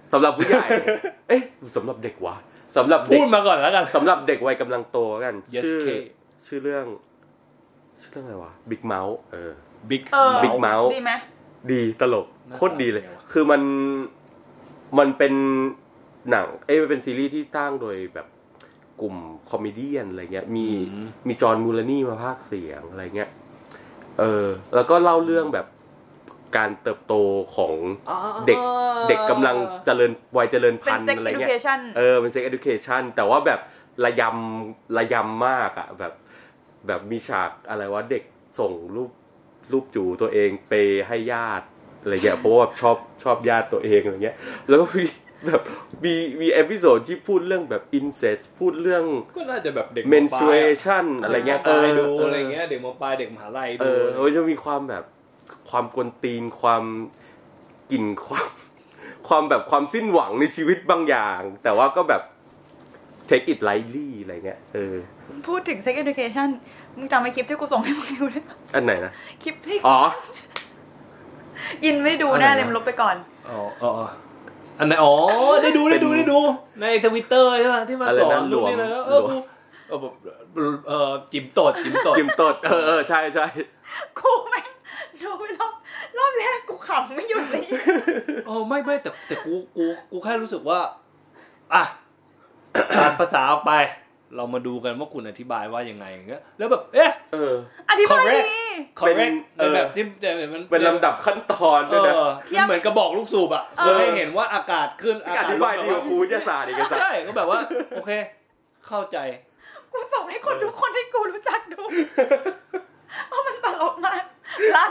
สำหรับผู้ใหญ่เอ๊ะสำหรับเด็กวะสำหรับพูดมาก่อนแล้วกันสำหรับเด็กวัยกำลังโตกัน yes, ชื่อชื่อเรื่องชื่อเรื่องอะไรวะ Big Mouth เออ Big Big Mouth ดีไหมดีตลกโคตรดีเลยคือมันมันเป็นหนังเอ้ยมันเป็นซีรีส์ที่สร้างโดยแบบกลุ่มคอมเมดี้อะไรเงี้ยมีมีจอห์นมูลานี่มาพากย์เสียงอะไรเงี้ยเออแล้วก็เล่าเรื่องแบบการเติบโตของเด็กเด็กกำลังเจริญวัยเจริญพันธุ์อะไรเงี้ยเออเป็นเซ็กเอดูเคชั่นแต่ว่าแบบระยำระยำมากอ่ะแบบแบบมีฉากอะไรวะเด็กส่งรูปรูปจูตัวเองไปให้ญาติอะไรเงี้ยเพราะว่าชอบชอบญาติตัวเองอะไรเงี้ยแล้วก็มีแบบมีมีเอพิโซดที่พูดเรื่องแบบอินเซสพูดเรื่องก็น่าจะแบบเด็ก menstruation อะไรเงี้ยเออดูอะไรเงี้ยเด็กม.ปลายเด็กมหาลัยดูเออมันจะมีความแบบความกวนตีนความกลิ่นความความแบบความสิ้นหวังในชีวิตบางอย่างแต่ว่าก็แบบ take it lightly อะไรเงี้ยเออพูดถึง sex education มึงจำไอ้คลิปที่กูส่งให้มึงดูได้ป่ะอันไหนนะคลิปที่อ๋อยินไม่ดูแน่เลยมันลบไปก่อนอ๋ออ๋ออันไหนอ๋อได้ดูได้ดูได้ดูใน Twitter ใช่ป่ะที่มาสอนลูกนี่นะเออเออเออจิ๋มตดจิ๋มตดจิ๋มตดเออเออใช่ๆกูแม่งดูรอบรอบแรกกูขำไม่หยุดเลยโอ้ไม่ไม่แต่แต่กูกูกูแค่รู้สึกว่าอ่ะอ่านภาษาออกไปเรามาดูกันว่าคุณอธิบายว่ายังไงอย่างเงี้ยแล้วแบบเอ๊ะเอออธิบายดี correct แบบที่มันเป็นลำดับขั้นตอนด้วยนะมันเหมือนกระบอกลูกสูบอ่ะเพื่อให้เห็นว่าอากาศขึ้นอากาศอธิบายดีกว่าครูวิทยาศาสตร์อีกใช่ก็แบบว่าโอเคเข้าใจกูส่งให้คนทุกคนที่กูรู้จักดูเพราะมันตลกมากลั่น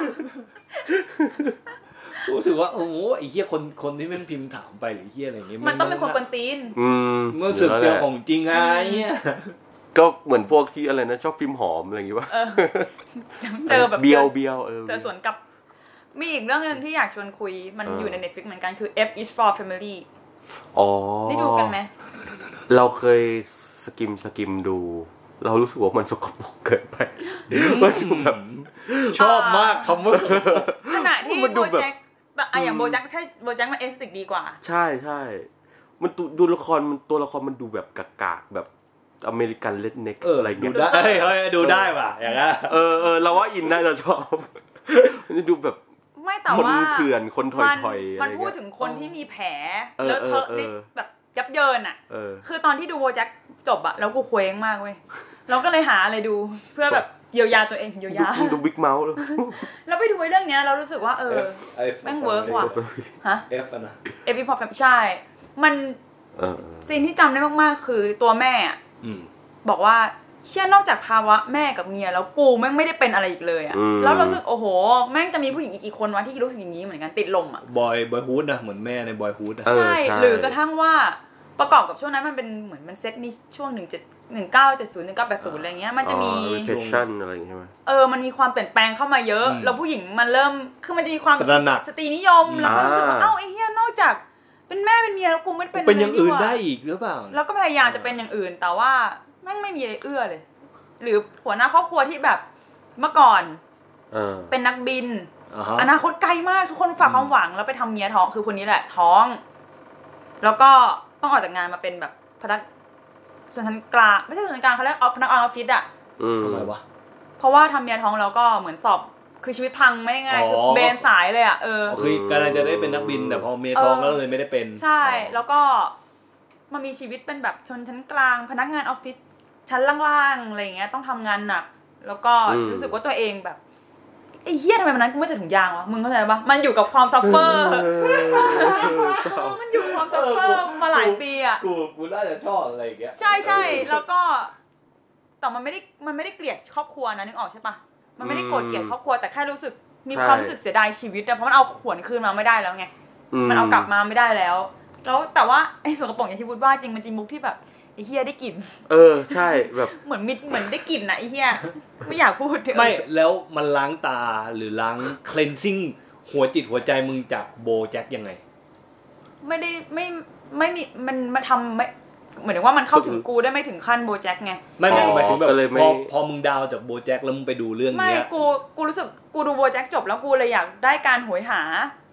รู้สึกว่าโอ้โหไอ้เหี้ยคนคนที่แม่งพิมพ์ถามไปหรือเหี้ยอะไรอย่างเงี้ยมันต้องเป็นคนกวนตีนอืมเมื่อสึกเจอของจริงไงเนี่ยก็เหมือนพวกที่อะไรนะชอบพิมพ์หอมอะไรอย่างงี้ป่ะเจอแบบเบียวเบียวเออเจอสวนกับมีอีกเรื่องนึงที่อยากชวนคุยมันอยู่ใน Netflix เหมือนกันคือ F is for Family อ๋อได้ดูกันมั้ยเราเคยสกิมสกิมดูเรารู้สึกว่ามันสกปรกเกินไปมันดูแบบชอบมากคำว่าขณะที่โบแจ็คแบบอ่ะอย่างโบแจ็คใช่โบแจ็คมันเอสติกดีกว่าใช่ๆมันดูละครมันตัวละครมันดูแบบกากๆแบบอเมริกันเลดเน็กอะไรเงี้ยดูได้เฮ้ยดูได้ว่ะอย่างเงี้ยเออๆเราว่าอินน่าจะชอบมันดูแบบไม่แต่ว่าคนเถื่อนคนถอยๆอะไรเงี้ยมันพูดถึงคนที่มีแผลแล้วเธอนี่แบบยับเยินอ่ะคือตอนที่ดูโบแจ็คจบอะแล้วกูเคว้งมากเว้ยเราก็เลยหาอะไรดูเพื่อแบบเยียวยาตัวเองเยียวยาดูบิ๊กเมาส์เลยแล้วไปดูเรื่องเนี้ยเรารู้สึกว่าเออแม่งเวิร์กว่ะฮะ F นะ F is for Family ใช่มันซีนที่จำได้มากๆคือตัวแม่บอกว่าเชื่อนอกจากภาวะแม่กับเมียแล้วกูแม่งไม่ได้เป็นอะไรอีกเลยอ่ะแล้วรู้สึกโอ้โหแม่งจะมีผู้หญิงอีกกี่คนวะที่รู้สึกอย่างนี้เหมือนกันติดลมอ่ะบอยบอยฮูดนะเหมือนแม่ในบอยฮูดอ่ะใช่หรือกระทั่งว่าประกอบกับช่วงนั้นมันเป็นเหมือนมันเซตนี้ช่วงหนึ่งเจ็ด หนึ่งเก้าเจ็ดศูนย์ หนึ่งเก้าแปดศูนย์อะไรเงี้ยมันจะมีเฟชั่นอะไรอย่างเงี้ยใช่มั้ยเออมันมีความเปลี่ยนแปลงเข้ามาเยอะแล้วผู้หญิงมันเริ่มคือมันจะมีความสตรีนิยมแล้วก็รู้สึกว่าเอ้าไอ้เหี้ยนอกจากเป็นแม่เป็นเมียแล้วกูไม่เป็นเป็นอย่างอื่นได้อีกหรือเปล่าแล้วก็พยายามจะเป็นอย่างอื่นแต่ว่าแม่งไม่มีอะไรเอื้อเลยหรือหัวหน้าครอบครัวที่แบบเมื่อก่อนเป็นนักบินอนาคตไกลมากทุกคนฝากความหวังแล้วไปทำเมียท้องคือคนนี้แหละท้องแล้วก็ต้องออกจากงานมาเป็นแบบพนักส่วนชั้นกลางไม่ใช่ส่วนชั้นกลางเขาเรียกออฟพนักงานออฟฟิศอ่ะทำไมวะเพราะว่าทำเมียท้องแล้วก็เหมือนสอบคือชีวิตพังไม่ง่ายคือเบนสายเลยอ่ะเออคือกำลังจะได้เป็นนักบินแต่พอเมียท้องแล้วเลยไม่ได้เป็นใช่แล้วก็มามีชีวิตเป็นแบบชนชั้นกลางพนักงานออฟฟิศชั้นล่างๆอะไรอย่างเงี้ยต้องทำงานหนักแล้วก็รู้สึกว่าตัวเองแบบไอ้เหี้ยทำไมมันนั้นกูไม่ใส่ถุงยางวะมึงเข้าใจปะมันอยู่กับความซัฟเฟอร์มันอยู่ความซัฟเฟอร์มาหลายปีอ่ะกูกูน่าจะชอบอะไรอย่างเงี้ยใช่ใช่แล้วก็แต่มันไม่ได้มันไม่ได้เกลียดครอบครัวนะนึกออกใช่ปะมันไม่ได้โกรธเกลียดครอบครัวแต่แค่รู้สึกมีความรู้สึกเสียดายชีวิตอะเพราะมันเอาขวนคืนมาไม่ได้แล้วไงมันเอากลับมาไม่ได้แล้วแล้วแต่ว่าไอ้ส่วนกระป๋องอย่างที่พูดว่าจริงมันจริงมุกที่แบบไอ้เหี้ยได้กลิ่นเออใช่แบบเหมือนมิดเหมือนได้กลิ่นนะไอ้เหี้ยไม่อยากพูดถึงไม่แล้วมันล้างตาหรือล้าง cleansing หัวจิตหัวใจมึงจากโบแจ็คยังไงไม่ได้ไม่ไม่มีมันมาทำไม่เหมือนว่ามันเข้าถึงกูได้ไม่ถึงขั้นโบแจ็คไงไม่ไม่หมายถึงแบบพอพอมึงดาวจากโบแจ็คแล้วมึงไปดูเรื่องนี้ไม่กูกูรู้สึกกูดูโบแจ็คจบแล้วกูเลยอยากได้การโหยหา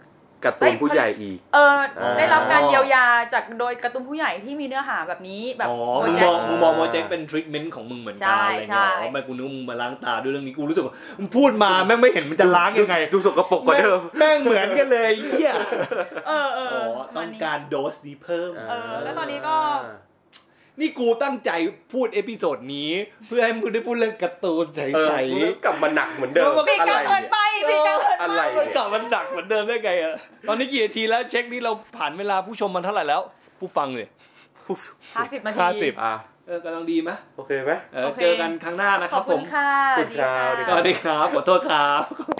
การ์ตูนผู้ใหญ่อีกเออได้รับการเยียวยาจากโดยการ์ตูนผู้ใหญ่ที่มีเนื้อหาแบบนี้แบบมึงมองมึงมองโปรเจกต์เป็นทรีทเมนต์ของมึงเหมือนกันอะไรเงี้ยอ๋อไม่กูนึกมึงมาล้างตาด้วยเรื่องนี้กูรู้สึกว่ามึงพูดมาแม่งไม่เห็นมันจะล้างยังไงดูสกปรกกว่าเดิมแม่งเหมือนกันเลยเหี้ยเออเออต้องการโดสนี้เพิ่มเออแล้วตอนนี้ก็นี่กูตั้งใจพูดเอพิโซดนี้เพื่อให้มึงได้พูดเรื่องการ์ตูนใสๆกลับมาหนักเหมือนเดิมพี่กังเกินไปพี่กังเกินไปกลับมาหนักเหมือนเดิมได้ไงอ่ะตอนนี้กี่นาทีแล้วเช็คนี่เราผ่านเวลาผู้ชมมันเท่าไหร่แล้วผู้ฟังเลยห้าสิบนาทีห้าสิบอ่ะเออกำลังดีไหมโอเคไหมเออเจอกันครั้งหน้านะครับผมขอบคุณค่ะสวัสดีครับสวัสดีครับขอโทษครับ